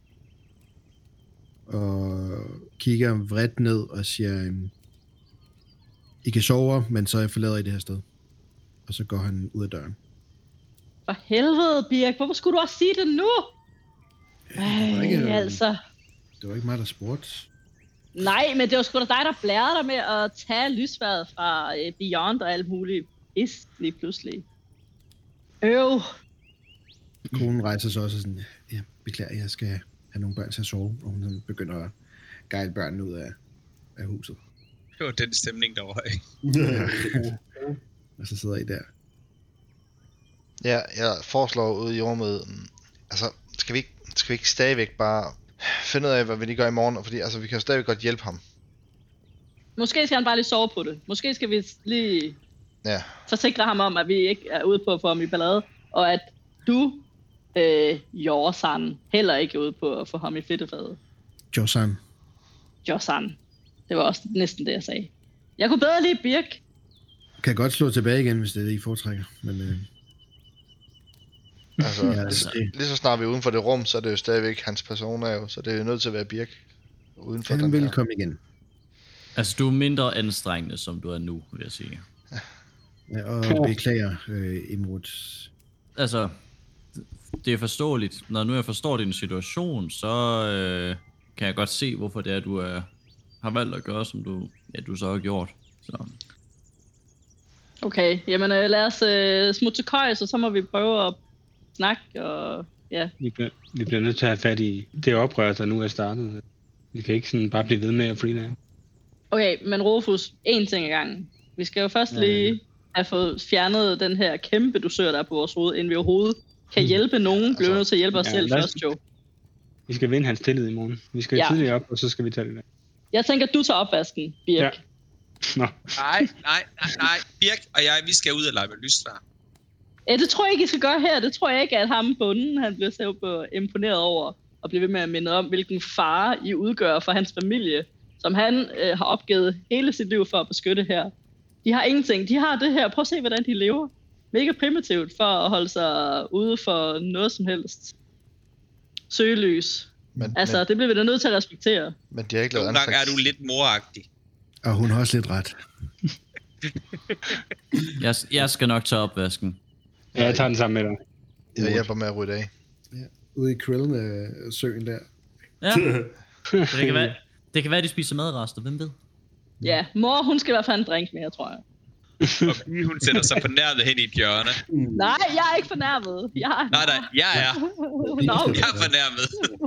Speaker 2: Og kigger vredt ned og siger, I kan sove, men så forlader I det her sted. Og så går han ud af døren.
Speaker 3: For helvede, Birk, hvorfor skulle du også sige det nu? Ej, ikke, altså.
Speaker 2: Det var ikke mig, der spurgte.
Speaker 3: Nej, men det var sgu da dig, der blærede dig med at tage lysværet fra uh, Beyond og alt muligt pis lige pludselig. Øv.
Speaker 2: Konen rejser sig også sådan, ja, beklager, jeg skal have nogle børn til at sove, og hun begynder at guide børnene ud af, af huset.
Speaker 4: Det var den stemning, der var, ikke?
Speaker 2: Ja. Og så sidder I der.
Speaker 5: Ja, jeg foreslår ude i rummet, altså, skal vi ikke, skal vi ikke stadigvæk bare finde ud af, hvad vi lige gør i morgen, fordi altså, vi kan jo stadigvæk godt hjælpe ham.
Speaker 3: Måske skal han bare lige sove på det. Måske skal vi lige
Speaker 5: ja.
Speaker 3: forsikre ham om, at vi ikke er ude på at få ham i ballade, og at du, øh, Jorsan, heller ikke er ude på at få ham i fedtefadet.
Speaker 2: Jorsan.
Speaker 3: Jorsan. Det var også næsten det, jeg sagde. Jeg kunne bedre lide Birk.
Speaker 2: Kan godt slå tilbage igen, hvis det er det, I foretrækker, men... Øh...
Speaker 5: Altså, ja, altså, lige, lige så snart vi er uden for det rum, så er det jo stadigvæk hans persona jo, så det er jo nødt til at være Birk uden for
Speaker 2: han
Speaker 5: den
Speaker 2: vil
Speaker 5: her.
Speaker 2: komme igen.
Speaker 6: Altså, du er mindre anstrengende, som du er nu, vil jeg sige.
Speaker 2: Ja, og beklager, øh, Imrud.
Speaker 6: Altså, det er forståeligt. Når nu jeg forstår din situation, så øh, kan jeg godt se, hvorfor det er, du er, har valgt at gøre, som du, ja, du så har gjort. Så.
Speaker 3: Okay, jamen øh, lad os øh, smutte til køjs, og så må vi prøve at snakke, og ja.
Speaker 1: Vi bliver, vi bliver nødt til at have fat i det oprør, der nu er startet. Vi kan ikke sådan bare blive ved med at freelance.
Speaker 3: Okay, men Rufus, én ting ad gangen. Vi skal jo først lige have fået fjernet den her kæmpe dusør, der er på vores hoved, inden vi overhovedet kan hjælpe nogen. Bliver nødt til at hjælpe os ja, selv først, jo.
Speaker 1: Vi skal vinde hans tillid i morgen. Vi skal ja. tidligere op, og så skal vi tage det der.
Speaker 3: Jeg tænker, at du tager opvasken, Birk. Ja.
Speaker 1: Nå.
Speaker 4: Nej, nej, nej, nej. Birk og jeg, vi skal ud og lege med lysvær.
Speaker 3: Ja, det tror jeg ikke, I skal gøre her. Det tror jeg ikke, at ham bunden, han bliver så imponeret over, og bliver ved med at minde om, hvilken fare I udgør for hans familie, som han øh, har opgivet hele sit liv for at beskytte her. De har ingenting. De har det her. Prøv at se, hvordan de lever. Mega primitivt for at holde sig ude for noget som helst. Søgelys. Men, altså, men, det bliver vi da nødt til at respektere.
Speaker 5: Men de har ikke lavet
Speaker 4: Nogle gange er du lidt moragtig.
Speaker 2: Og hun har også lidt ret.
Speaker 6: jeg, jeg skal nok tage opvasken.
Speaker 1: Ja, jeg tager den sammen med dig.
Speaker 5: Jeg hjælper med at rydde af.
Speaker 2: Ja, ude i Krillene-søen der.
Speaker 6: Ja, det kan være. Det kan være, de spiser madrester, hvem ved?
Speaker 3: Ja, mor, hun skal i hvert fald have en drink mere, tror jeg.
Speaker 4: Og Pige, hun sætter sig fornærmet hen i et hjørne.
Speaker 3: Nej, jeg er ikke fornærmet. Jeg...
Speaker 4: Nej, nej, jeg er.
Speaker 3: Nå, okay.
Speaker 4: Jeg er fornærmet.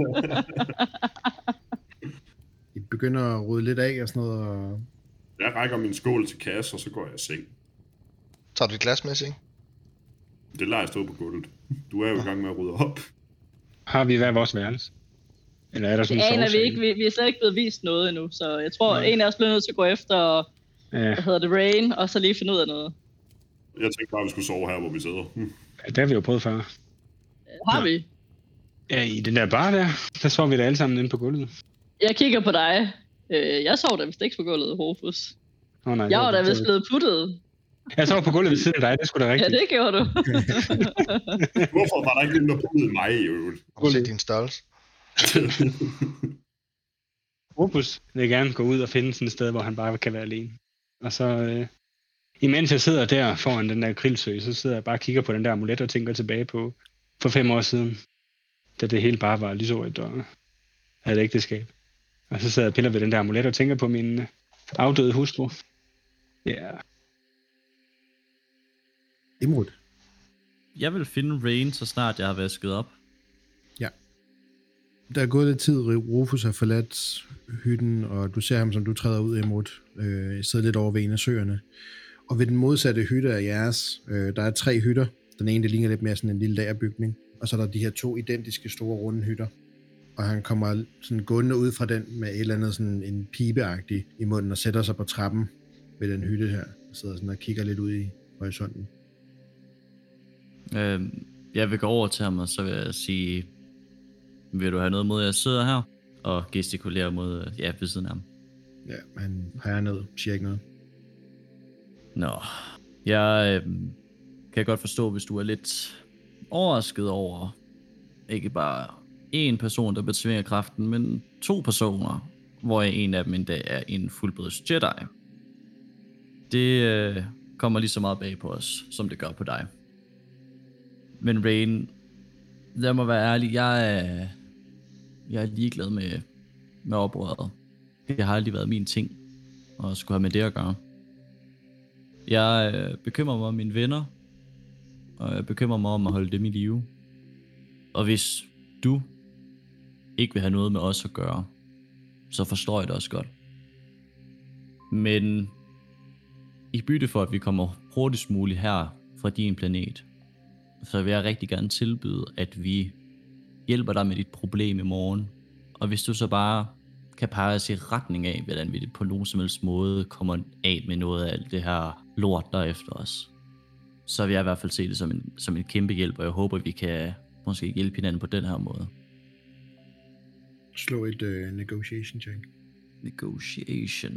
Speaker 2: I begynder at rydde lidt af og sådan noget. Og...
Speaker 7: Jeg rækker min skål til kasse, og så går jeg i seng.
Speaker 5: Tager du et glas med, ikke?
Speaker 7: Det lader jeg stå på gulvet. Du er jo i gang med at rydde op.
Speaker 1: Har vi hver vores værelse? Eller er der sådan
Speaker 3: Det
Speaker 1: en
Speaker 3: aner vi
Speaker 1: sovesal?
Speaker 3: ikke. Vi, vi er slet ikke blevet vist noget endnu, så jeg tror, en af os bliver nødt til at gå efter,
Speaker 1: Ja,
Speaker 3: hvad hedder det, Rain, og så lige finde ud af noget.
Speaker 7: Jeg tænkte bare, at vi skulle sove her, hvor vi sidder. Hm.
Speaker 1: det har vi jo prøvet før.
Speaker 3: Har vi?
Speaker 1: Ja, i den der bar der, der sov vi da alle sammen inde på gulvet.
Speaker 3: Jeg kigger på dig. Øh, jeg sov da vist ikke på gulvet, Rufus.
Speaker 1: Oh, nej,
Speaker 3: Jeg var da
Speaker 1: det-
Speaker 3: vist blevet puttet.
Speaker 1: Jeg sov på gulvet ved siden af dig, det skulle da
Speaker 3: Ja,
Speaker 1: rigtigt.
Speaker 3: det gjorde du.
Speaker 7: Hvorfor var der ikke nogen, der puttede mig i øvrigt?
Speaker 5: Har du set din størrelse?
Speaker 1: Opus vil gerne gå ud og finde sådan et sted, hvor han bare kan være alene. Og så, øh, imens jeg sidder der foran den der grillsø, så sidder jeg bare og kigger på den der amulet og tænker tilbage på for fem år siden, da det hele bare var lyserødt og havde et ægteskab. Og så sidder jeg og piller ved den der amulet og tænker på min øh, afdøde hustru. Ja, yeah.
Speaker 2: Imrud.
Speaker 6: Jeg vil finde Rain, så snart jeg har vasket op.
Speaker 2: Der er gået lidt tid, Rufus har forladt hytten, og du ser ham, som du træder ud, Imrud, øh, sidder lidt over ved en af søerne. Og ved den modsatte hytte af jeres, øh, der er tre hytter. Den ene, der ligner lidt mere sådan en lille lagerbygning. Og så er der de her to identiske store runde hytter. Og han kommer sådan gående ud fra den med et eller andet sådan en pibeagtig i munden og sætter sig på trappen ved den hytte her. Og sidder sådan og kigger lidt ud i horisonten.
Speaker 6: Øh, jeg vil gå over til ham, og så vil jeg sige, vil du have noget mod, at jeg sidder her? Og gestikulerer mod, ja, ved siden af ham.
Speaker 2: Ja, han peger ned, siger ikke noget.
Speaker 6: Nå, jeg øh, kan godt forstå, hvis du er lidt overrasket over, ikke bare én person, der betvinger kraften, men to personer, hvor en af dem endda er en fuldblods Jedi. Det øh, kommer lige så meget bag på os, som det gør på dig. Men Rain, lad mig være ærlig, jeg er, jeg er ligeglad med, med oprøret. Det har aldrig været min ting, og skulle have med det at gøre. Jeg øh, bekymrer mig om mine venner, og jeg bekymrer mig om at holde dem i live. Og hvis du ikke vil have noget med os at gøre, så forstår jeg det også godt. Men i bytte for, at vi kommer hurtigst muligt her fra din planet, så vil jeg rigtig gerne tilbyde, at vi hjælper dig med dit problem i morgen. Og hvis du så bare kan pege os i retning af, hvordan vi på nogen som helst måde kommer af med noget af alt det her lort, der er efter os, så vil jeg i hvert fald se det som en, som en kæmpe hjælp, og jeg håber, vi kan måske hjælpe hinanden på den her måde.
Speaker 2: Slå et uh, negotiation check.
Speaker 6: Negotiation.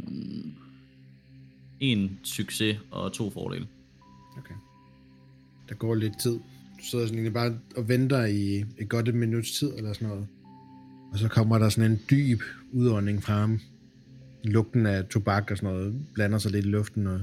Speaker 6: En succes og to fordele.
Speaker 2: Okay. Der går lidt tid. Du sidder sådan egentlig bare og venter i et godt et minuts tid eller sådan noget. Og så kommer der sådan en dyb udånding fra ham. Lugten af tobak og sådan noget blander sig lidt i luften. Og...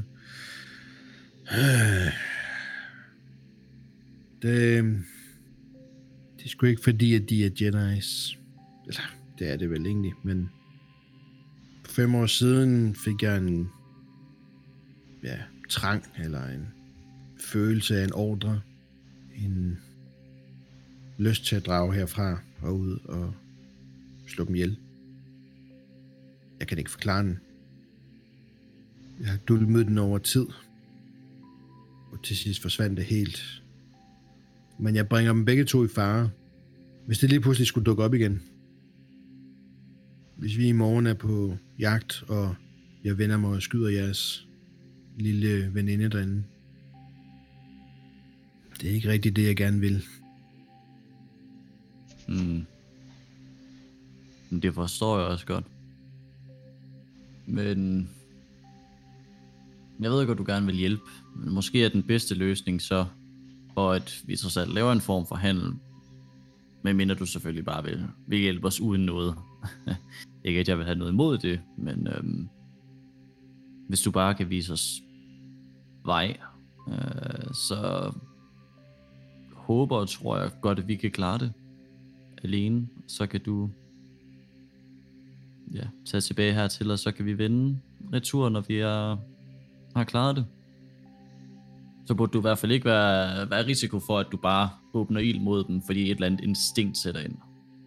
Speaker 2: Det, det er sgu ikke fordi, at de er Jedi's. Eller, det er det vel egentlig, men... For fem år siden fik jeg en... Ja, trang eller en følelse af en ordre. En lyst til at drage herfra og ud og slå dem ihjel. Jeg kan ikke forklare den. Jeg har dulmet den over tid. Og til sidst forsvandt det helt. Men jeg bringer dem begge to i fare. Hvis det lige pludselig skulle dukke op igen. Hvis vi i morgen er på jagt, og jeg vender mig og skyder jeres lille veninde derinde. Det er ikke rigtigt det, jeg gerne vil.
Speaker 6: Mm. Men det forstår jeg også godt. Men jeg ved godt, du gerne vil hjælpe. Men måske er den bedste løsning så, for at vi trods alt laver en form for handel. Men mindre du selvfølgelig bare vil, vil hjælpe os uden noget. Ikke at jeg vil have noget imod det, men øhm, hvis du bare kan vise os vej, øh, så håber og tror jeg godt, at vi kan klare det alene. Så kan du ja, tage tilbage hertil, og så kan vi vende retur, når vi er, har klaret det. Så burde du i hvert fald ikke være, være risiko for, at du bare åbner ild mod dem, fordi et eller andet instinkt sætter ind.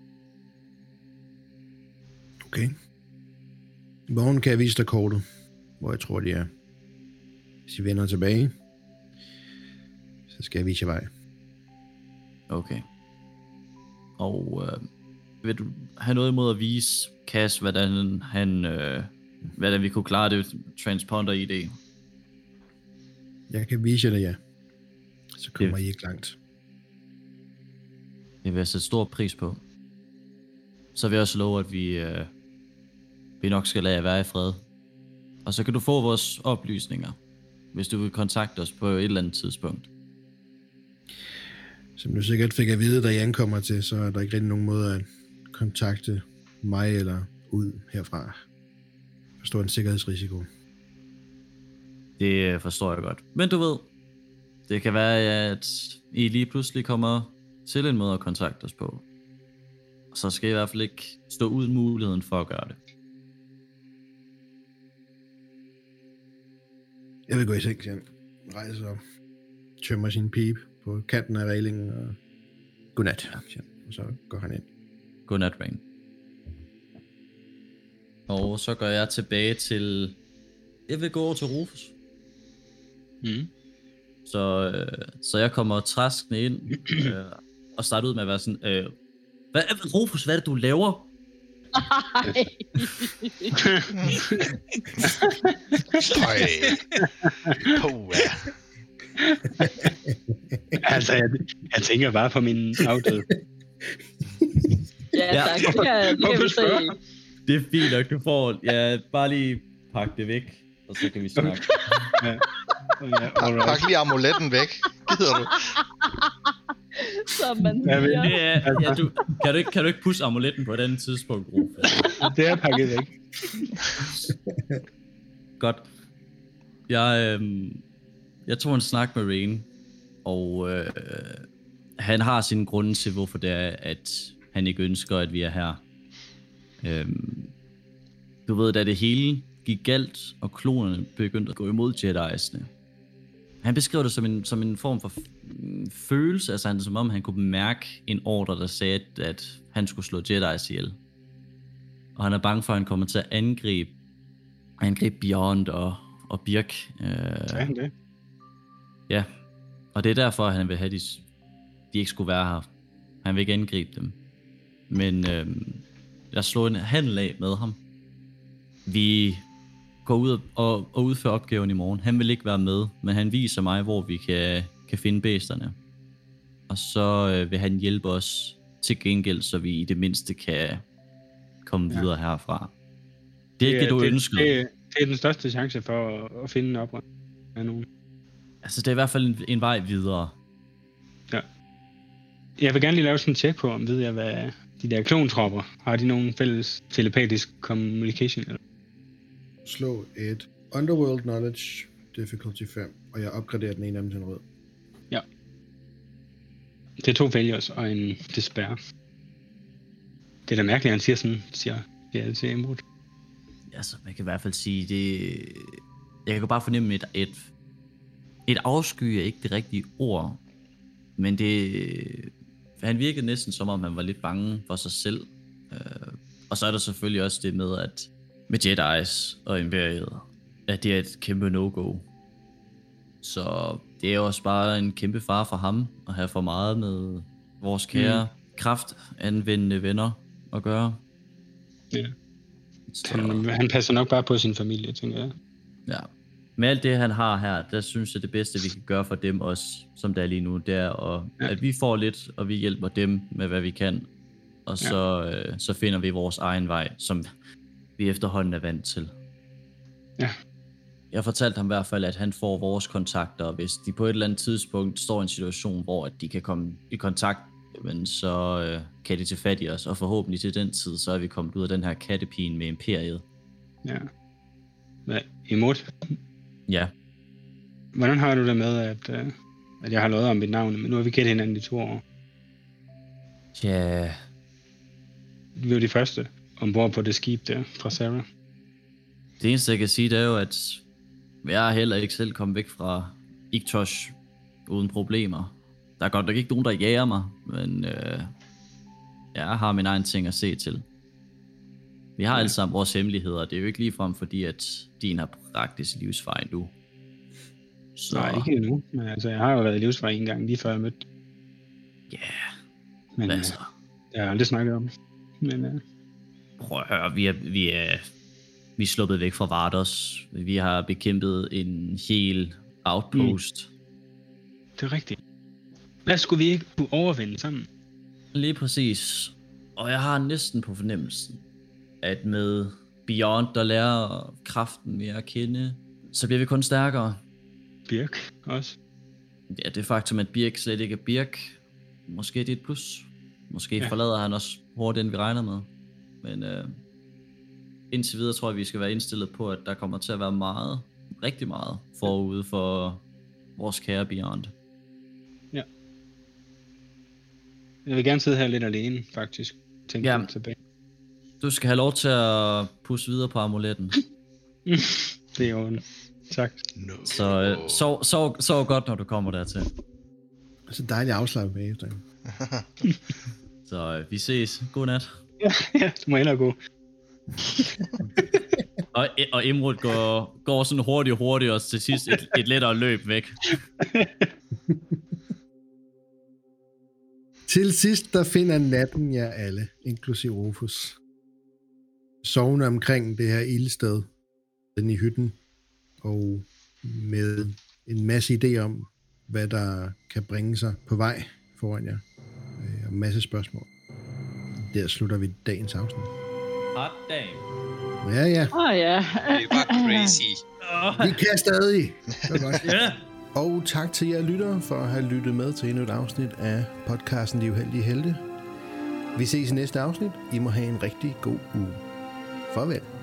Speaker 2: Okay. I morgen kan jeg vise dig kortet, hvor jeg tror, de er. Hvis I vender tilbage, så skal jeg vise jer vej.
Speaker 6: Okay. Og øh, vil du have noget imod at vise Cass, hvordan han, øh, hvordan vi kunne klare det transponder I D?
Speaker 2: Jeg kan vise jer det, ja. Så kommer
Speaker 6: Det-
Speaker 2: I ikke langt.
Speaker 6: Det vil jeg sætte stor pris på. Så vil jeg også love, at vi, øh, vi nok skal lade jer være i fred. Og så kan du få vores oplysninger, hvis du vil kontakte os på et eller andet tidspunkt.
Speaker 2: Som du sikkert fik at vide, da jeg ankommer til, så er der ikke rigtig nogen måde at kontakte mig eller ud herfra. Der står en sikkerhedsrisiko.
Speaker 6: Det øh, forstår jeg godt. Men du ved, det kan være, at I lige pludselig kommer til en måde at kontakte os på. Så skal I i hvert fald ikke stå uden muligheden for at gøre det.
Speaker 2: Jeg vil gå i seng, siger han. Rejser og tømmer sin pipe på kanten af reglingen og godnat, siger han. Og så går han ind.
Speaker 6: Godnat, Rain. Og så går jeg tilbage til... Jeg vil gå over til Rufus.
Speaker 1: Mm.
Speaker 6: Så, øh, så jeg kommer træskende ind øh, og starter ud med at være sådan... Øh, hvad, Rufus, hvad er det, du laver?
Speaker 3: Ej.
Speaker 5: Øj. Puh, ja.
Speaker 1: Altså, jeg, jeg tænker bare på min afdøde.
Speaker 3: Ja,
Speaker 6: Ja.
Speaker 3: tak. Det kan, det kan
Speaker 1: Hvorfor
Speaker 3: vi
Speaker 1: spørger
Speaker 3: se.
Speaker 1: du?
Speaker 6: Det er fint nok, du får... Ja, bare lige pakke det væk, og så kan vi snakke.
Speaker 1: Ja. Ja,
Speaker 5: Pak,
Speaker 1: alright.
Speaker 5: pak lige amuletten væk. Gider du?
Speaker 3: Som man
Speaker 1: Ja, men-
Speaker 3: siger.
Speaker 6: Det er, ja, du, kan, du ikke, kan du ikke pusse amuletten på et andet tidspunkt, Rufus?
Speaker 1: Det er pakket væk.
Speaker 6: Godt. Jeg, øh, jeg tog en snak med Rain, og øh, han har sine grunde til, hvorfor det er, at han ikke ønsker, at vi er her. Øh, du ved, da det hele gik galt, og klonerne begyndte at gå imod Jedi'sne. Han beskrev det som en, som en form for f- følelse, altså han, som om han kunne mærke en ordre, der sagde, at, at han skulle slå Jedi's ihjel. Og han er bange for, at han kommer til at angribe, angribe Beyond og, og Birk. Øh,
Speaker 1: Ja, det.
Speaker 6: ja, og det er derfor, at han vil have, at de, de ikke skulle være her. Han vil ikke angribe dem. Men øh, jeg slog en handel af med ham. Vi går ud og, og udfører opgaven i morgen. Han vil ikke være med, men han viser mig, hvor vi kan, kan finde bæsterne. Og så øh, vil han hjælpe os til gengæld, så vi i det mindste kan komme ja. videre herfra. Det er ikke det, du
Speaker 1: det,
Speaker 6: ønskede.
Speaker 1: Det, det er den største chance for at, at finde en oprør af nogen.
Speaker 6: Altså, det er i hvert fald en, en vej videre.
Speaker 1: Jeg vil gerne lige lave sådan en tjek på, om ved jeg, hvad de der klontropper, har de nogen fælles telepatisk communication? Eller?
Speaker 2: Slå et Underworld Knowledge Difficulty fem, og jeg opgraderer den ene af dem til en rød.
Speaker 1: Det er to failures og en despair. Det er da mærkeligt, at han siger sådan, siger ja, til Emerald.
Speaker 6: Altså, man kan i hvert fald sige, det... Jeg kan bare fornemme et, et, et afsky er ikke det rigtige ord, men det... Han virkede næsten som om, han var lidt bange for sig selv. Uh, og så er der selvfølgelig også det med, at med Jedi's og Imperiet, at det er et kæmpe no-go. Så det er jo også bare en kæmpe fare for ham at have for meget med vores kære mm. kraftanvendende venner at gøre.
Speaker 1: Ja.
Speaker 6: Så,
Speaker 1: Han, han passer nok bare på sin familie, tænker jeg.
Speaker 6: ja. Med alt det, han har her, der synes jeg, det bedste, vi kan gøre for dem også, som der er lige nu, det er, at,
Speaker 1: Ja.
Speaker 6: at vi får lidt, og vi hjælper dem med, hvad vi kan. Og så, ja. øh, så finder vi vores egen vej, som vi efterhånden er vant til.
Speaker 1: Ja.
Speaker 6: Jeg fortalte ham i hvert fald, at han får vores kontakter, og hvis de på et eller andet tidspunkt står i en situation, hvor at de kan komme i kontakt, men så øh, kan de tage fat i os, og forhåbentlig til den tid, så er vi kommet ud af den her kattepine med Imperiet.
Speaker 1: Ja. Hvad? Imod?
Speaker 6: Ja,
Speaker 1: Hvordan har du det med, at, uh, at jeg har lovet om mit navn, men nu har vi kendt hinanden i to år?
Speaker 6: ja,
Speaker 1: Vi var de første ombord på det skib der fra Sarah.
Speaker 6: Det eneste, jeg kan sige, det er jo, at jeg er heller ikke selv kommet væk fra Iktosh uden problemer. Der er godt nok ikke nogen, der jager mig, men øh, jeg har min egen ting at se til. Vi har alle sammen vores hemmeligheder, det er jo ikke ligefrem fordi, at din har praktisk livsfar endnu. Så...
Speaker 1: Nej, ikke endnu. Men altså, jeg har jo været i livsfar en gang, lige før jeg mødte.
Speaker 6: Ja, yeah.
Speaker 1: Men
Speaker 6: hvad
Speaker 1: øh,
Speaker 6: så?
Speaker 1: jeg har aldrig snakket om det. Men øh,
Speaker 6: Prøv at høre, vi er, vi er, vi er sluppet væk fra Vardos. Vi har bekæmpet en hel outpost. Mm.
Speaker 1: det er rigtigt. Hvad skulle vi ikke kunne overvinde sammen?
Speaker 6: Lige præcis. Og jeg har næsten på fornemmelsen, at med Beyond, der lærer kraften mere at kende, så bliver vi kun stærkere.
Speaker 1: Birk også.
Speaker 6: Ja, det faktum, at Birk slet ikke er Birk, måske det er et plus. Måske ja. Forlader han os hurtigt, end vi regner med. Men øh, indtil videre tror jeg, vi skal være indstillet på, at der kommer til at være meget, rigtig meget forude for vores kære Beyond.
Speaker 1: Ja. Jeg vil gerne sidde her lidt alene, faktisk. Tænke
Speaker 6: Ja.
Speaker 1: tilbage.
Speaker 6: Du skal have lov til at pusse videre på amuletten.
Speaker 1: Det er jo tak.
Speaker 5: No.
Speaker 6: Så øh, sov, sov, sov godt, når du kommer dertil.
Speaker 2: Så dejligt afslappet bagefter.
Speaker 6: Så øh, vi ses. God-nat.
Speaker 1: Ja, du må hellere gå.
Speaker 6: Og, og Imrud går, går sådan hurtigt hurtigt og til sidst et, et lettere løb væk.
Speaker 2: Til sidst, der finder natten jer alle, inklusive Rufus, sovende omkring det her ildsted, den i hytten, og med en masse idé om, hvad der kan bringe sig på vej foran jer, og en masse spørgsmål. Der slutter vi dagens afsnit.
Speaker 6: Hot damn.
Speaker 2: Ja, ja.
Speaker 3: Åh oh, ja.
Speaker 4: Det var crazy.
Speaker 2: Vi kan stadig. Det var godt.
Speaker 6: Ja.
Speaker 2: Og tak til jer lyttere for at have lyttet med til endnu et afsnit af podcasten De Uheldige Helte. Vi ses i næste afsnit. I må have en rigtig god uge. Farvel.